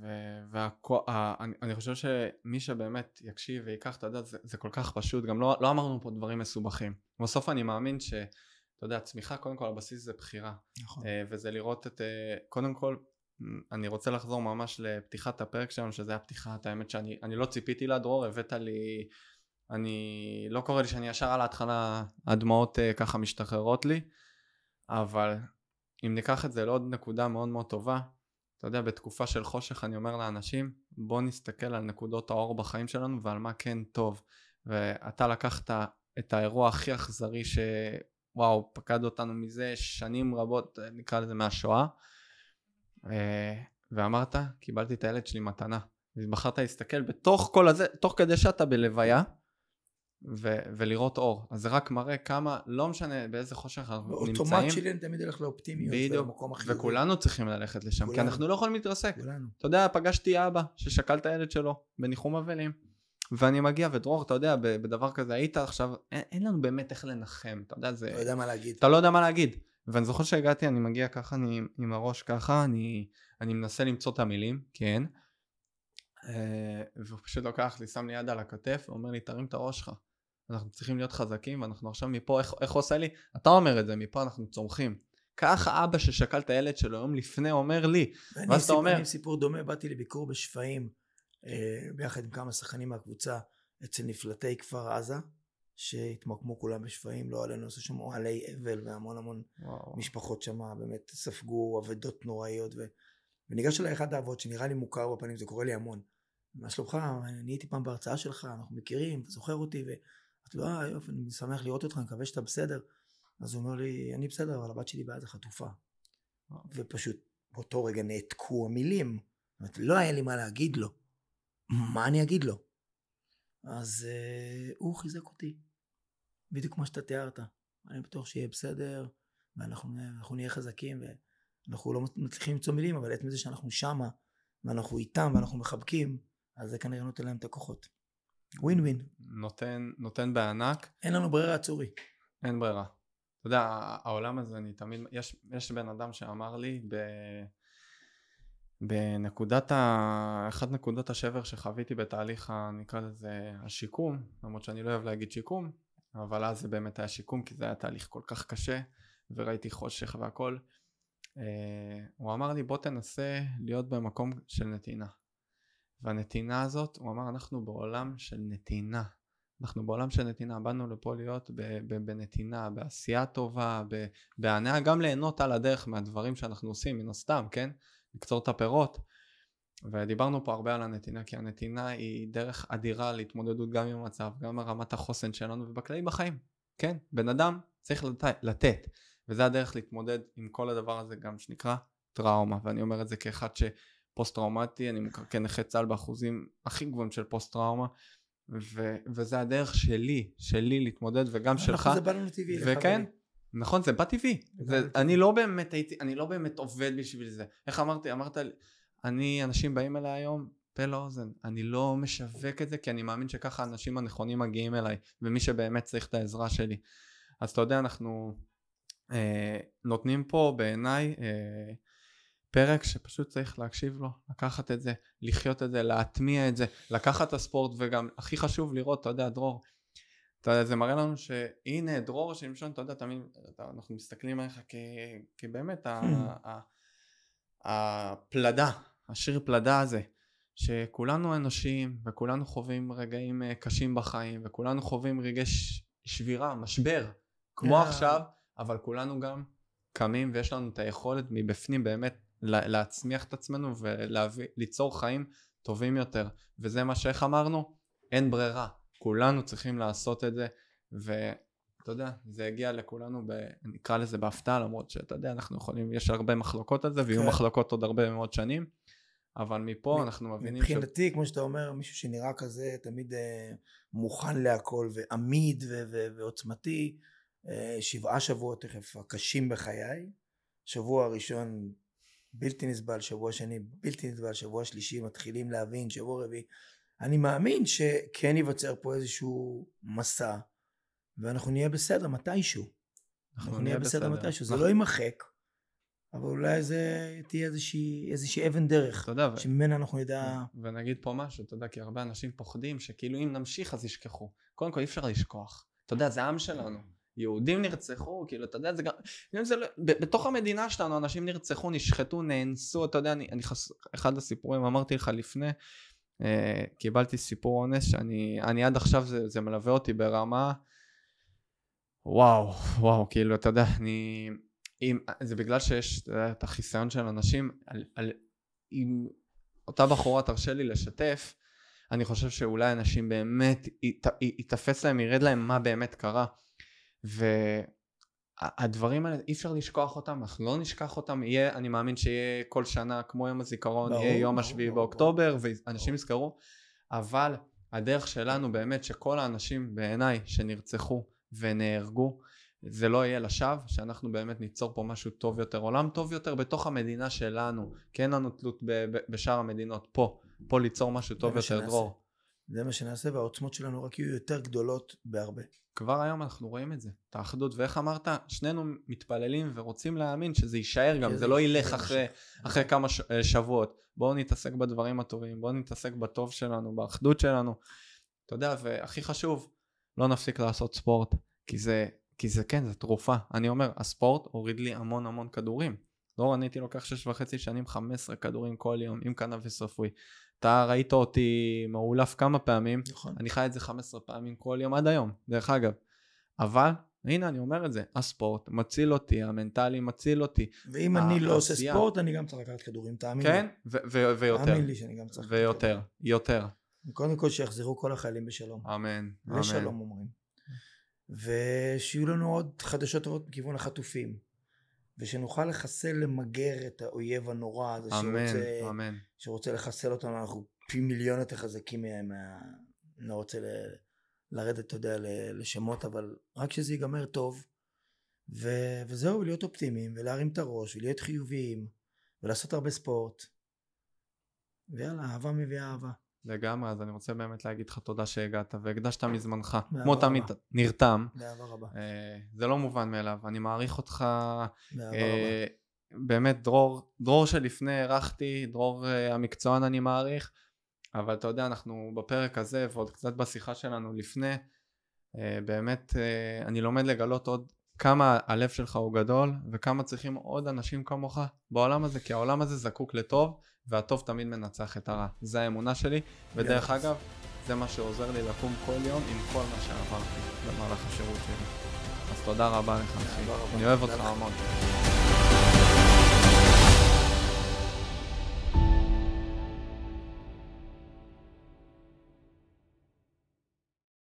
ואני חושב שמי שבאמת יקשיב ויקח את הדעת, זה, זה כל כך פשוט. גם לא, לא אמרנו פה דברים מסובכים. בסוף אני מאמין ש אתה יודע, צמיחה קודם כל הבסיס זה בחירה. נכון. וזה לראות את, קודם כל, אני רוצה לחזור ממש לפתיחת הפרק שלנו, שזה היה פתיחת, האמת שאני אני לא ציפיתי לה, דרור, הבאת לי, אני לא קורא לי שאני ישר על ההתחלה, הדמעות ככה משתחררות לי, אבל אם ניקח את זה לעוד נקודה מאוד מאוד טובה, אתה יודע, בתקופה של חושך אני אומר לאנשים, בוא נסתכל על נקודות האור בחיים שלנו, ועל מה כן טוב, ואתה לקחת את האירוע הכי אכזרי ש... וואו, פקד אותנו מזה שנים רבות, נקרא לזה מהשואה, ואמרת, קיבלתי את הילד שלי מתנה, ובחרת להסתכל בתוך כל הזה, תוך כדי שאתה בלוויה, ו- ולראות אור. אז זה רק מראה כמה, לא משנה באיזה חושך אנחנו נמצאים. אוטומט שלי אני תמיד הולך לאופטימיות, במקום החיובי. וכולנו צריכים ללכת לשם, כולנו. כי אנחנו לא יכולים להתרסק. כולנו. אתה יודע, פגשתי אבא ששקל את הילד שלו, בניחום אבלים, ואני מגיע, ודרור, אתה יודע, בדבר כזה היית עכשיו, אין, אין לנו באמת איך לנחם, אתה יודע, זה... לא יודע מה להגיד. אתה לא יודע מה להגיד. ואני זוכר שהגעתי, אני מגיע ככה, אני עם הראש ככה, אני, אני מנסה למצוא את המילים, כן. והוא פשוט לוקח לי, שם לי יד על הכתף, ואומר לי, תרים את הראש שלך. אנחנו צריכים להיות חזקים, ואנחנו עכשיו מפה, איך, איך עושה לי? אתה אומר את זה, מפה אנחנו צומחים. ככה אבא ששקל את הילד שלו יום לפני אומר לי, ואז אתה אומר... אני עם סיפור דומה, באתי לביקור בשפיים, ביחד עם כמה שחקנים מהקבוצה, אצל נפלטי כפר עזה, שהתמקמו כולם בשפיים, לא עלינו, עשו שם אוהלי אבל, והמון המון וואו. משפחות שם, באמת ספגו עבדות נוראיות, ו... וניגש אליי אחד האבות שנראה לי מוכר בפנים, זה קורה לי המון. מה שלומך? אני הייתי פעם בהרצאה שלך, אנחנו מכירים, אתה זוכר אותי, ואת לא, אה, יופי, אני שמח לראות אותך, אני מקווה שאתה בסדר. אז הוא אומר לי, אני בסדר, אבל הבת שלי בעזה חטופה. ופשוט באותו רגע נעתקו המילים. זאת אומרת, לא היה לי מה להגיד לו. מה אני אגיד לו? אז uh, הוא חיזק אותי. בדיוק כמו שאתה תיארת. אני בטוח שיהיה בסדר, ואנחנו אנחנו נהיה חזקים, ואנחנו לא מצליחים למצוא מילים, אבל עצם זה שאנחנו שמה, ואנחנו איתם, ואנחנו מחבקים, אז זה כנראה נותן להם את הכוחות. ווין ווין. נותן, נותן בענק. אין לנו ברירה, צורי. אין ברירה. אתה יודע, העולם הזה, אני תמיד, יש, יש בן אדם שאמר לי, ב, בנקודת ה, אחת נקודות השבר שחוויתי בתהליך, נקרא לזה השיקום, למרות שאני לא אוהב להגיד שיקום, אבל אז זה באמת היה שיקום, כי זה היה תהליך כל כך קשה, וראיתי חושך והכל. הוא אמר לי, בוא תנסה להיות במקום של נתינה. והנתינה הזאת, הוא אמר, אנחנו בעולם של נתינה. אנחנו בעולם של נתינה, באנו לפה להיות בנתינה, בעשייה טובה, בהנאה, גם ליהנות על הדרך מהדברים שאנחנו עושים, מן הסתם, כן? לקצור את הפירות. ודיברנו פה הרבה על הנתינה, כי הנתינה היא דרך אדירה להתמודדות גם עם המצב, גם ברמת החוסן שלנו ובכללי בחיים, כן? בן אדם צריך לתת, וזה הדרך להתמודד עם כל הדבר הזה גם שנקרא טראומה, ואני אומר את זה כאחד שפוסט טראומטי, אני מוכר כנכה צה"ל באחוזים הכי גבוהים של פוסט טראומה, ו- וזה הדרך שלי, שלי להתמודד וגם שלך. זה בא לנו טבעי. וכן, נכון, זה בא טבעי. זה, אני לא באמת הייתי, אני לא באמת עובד בשביל זה. איך אמרתי? אמרת, אני, אנשים באים אליי היום, פה לאוזן. אני לא משווק את זה, כי אני מאמין שככה האנשים הנכונים מגיעים אליי, ומי שבאמת צריך את העזרה שלי. אז אתה יודע, אנחנו אה, נותנים פה בעיניי אה, פרק שפשוט צריך להקשיב לו, לקחת את זה, לחיות את זה, להטמיע את זה, לקחת את הספורט, וגם הכי חשוב לראות, אתה יודע, דרור, אתה יודע, זה מראה לנו שהנה דרור שמשון, אתה יודע, תמיד, אנחנו מסתכלים עליך כבאמת הפלדה, השיר פלדה הזה, שכולנו אנושיים, וכולנו חווים רגעים קשים בחיים, וכולנו חווים רגעי שבירה, משבר, כמו עכשיו, אבל כולנו גם קמים, ויש לנו את היכולת מבפנים באמת, להצמיח את עצמנו וליצור חיים טובים יותר, וזה מה שאיך אמרנו, אין ברירה, כולנו צריכים לעשות את זה, ואתה יודע, זה הגיע לכולנו, ב... נקרא לזה בהפתעה, למרות שאתה יודע, אנחנו יכולים, יש הרבה מחלוקות על זה, ויהיו מחלוקות עוד הרבה מאוד שנים, אבל מפה אנחנו מבינים מבחינתי, כמו שאתה אומר, מישהו שנראה כזה, תמיד מוכן להכל, ועמיד ועוצמתי, שבעה שבועות תכף הקשים בחיי, שבוע הראשון בלתי נסבל, שבוע שני בלתי נסבל, שבוע שלישי מתחילים להבין, שבוע רביעי, אני מאמין שכן ייווצר פה איזשהו מסע, ואנחנו נהיה בסדר מתישהו, אנחנו, אנחנו נהיה בסדר, בסדר מתישהו, זה לא יימחק, אבל אולי זה תהיה איזושהי, איזושהי אבן דרך, תודה, שממנה אנחנו נדע... ונגיד פה משהו, אתה יודע, כי הרבה אנשים פוחדים שכאילו אם נמשיך אז ישכחו, קודם כל אי אפשר לשכוח, אתה יודע, זה העם שלנו, יהודים נרצחו, כאילו, אתה יודע, זה גם, זה לא, בתוך המדינה שלנו, אנשים נרצחו, נשחטו, נאנסו, אתה יודע, אני, אני חס... אחד הסיפורים, אמרתי לך לפני, אה, קיבלתי סיפור אונס, שאני, אני עד עכשיו, זה, זה מלווה אותי ברמה, וואו, וואו, כאילו, אתה יודע, אני, אם, זה בגלל שיש יודע, את החיסיון של אנשים, על, על, אם אותה בחורה תרשה לי לשתף, אני חושב שאולי אנשים באמת, יתפס להם, ירד להם מה באמת קרה, והדברים האלה אי אפשר לשכוח אותם, אנחנו לא נשכח אותם, יהיה, אני מאמין שיהיה כל שנה כמו יום הזיכרון, ברור, יהיה יום השביעי באוקטובר ואנשים יזכרו, אבל הדרך שלנו באמת שכל האנשים בעיניי שנרצחו ונהרגו, זה לא יהיה לשווא, שאנחנו באמת ניצור פה משהו טוב יותר, עולם טוב יותר בתוך המדינה שלנו, כי אין לנו תלות בשאר המדינות, פה, פה ליצור משהו טוב יותר, דרור. זה מה שנעשה, והעוצמות שלנו רק יהיו יותר גדולות בהרבה. כבר היום אנחנו רואים את זה, את האחדות, ואיך אמרת, שנינו מתפללים ורוצים להאמין שזה יישאר גם, זה לא ילך אחרי, אחרי כמה ש, שבועות. בואו נתעסק בדברים הטובים, בואו נתעסק בטוב שלנו, באחדות שלנו. אתה יודע, והכי חשוב, לא נפסיק לעשות ספורט, כי זה, כי זה כן, זה תרופה. אני אומר, הספורט הוריד לי המון המון כדורים. לא, אני הייתי לוקח שש וחצי שנים, חמש עשרה כדורים כל יום, עם קנאביס רפואי. אתה ראית אותי מעולף כמה פעמים, נכון. אני חי את זה חמש עשרה פעמים כל יום עד היום, דרך אגב. אבל, הנה אני אומר את זה, הספורט מציל אותי, המנטלי מציל אותי. ואם אני לא עושה ספורט, אני גם צריך לקחת כדורים, תאמין לי. כן, ויותר. תאמין לי שאני גם צריך. ויותר, יותר. קודם כל שיחזרו כל החיילים בשלום. אמן, אמן. לשלום אומרים. ושיהיו לנו עוד חדשות טובות בכיוון החטופים. ושנוכל לחסל, למגר את האויב הנורא הזה שרוצה, אמן. שרוצה לחסל אותנו. אנחנו פי מיליון יותר חזקים מהם. אני לא רוצה ל... לרדת, אתה יודע, לשמות, אבל רק שזה ייגמר טוב, ו... וזהו, להיות אופטימיים, ולהרים את הראש, ולהיות חיוביים, ולעשות הרבה ספורט. ויאללה, אהבה מביאה אהבה. לגמרי, אז אני רוצה באמת להגיד לך תודה שהגעת, והקדשת מזמנך, כמו תמיד נרתם. באהבה רבה. זה לא מובן מאליו, אני מעריך אותך. באהבה רבה. באמת, דרור, דרור שלפני ערכתי, דרור המקצוען אני מעריך, אבל אתה יודע, אנחנו בפרק הזה ועוד קצת בשיחה שלנו לפני, באמת אני לומד לגלות עוד כמה הלב שלך הוא גדול, וכמה צריכים עוד אנשים כמוך בעולם הזה, כי העולם הזה זקוק לטוב, והטוב תמיד מנצח את הרע. זה האמונה שלי, ודרך אגב, זה מה שעוזר לי לקום כל יום עם כל מה שעברתי במהלך השירות שלי. אז תודה רבה לך, אחי. אני אוהב אותך המון.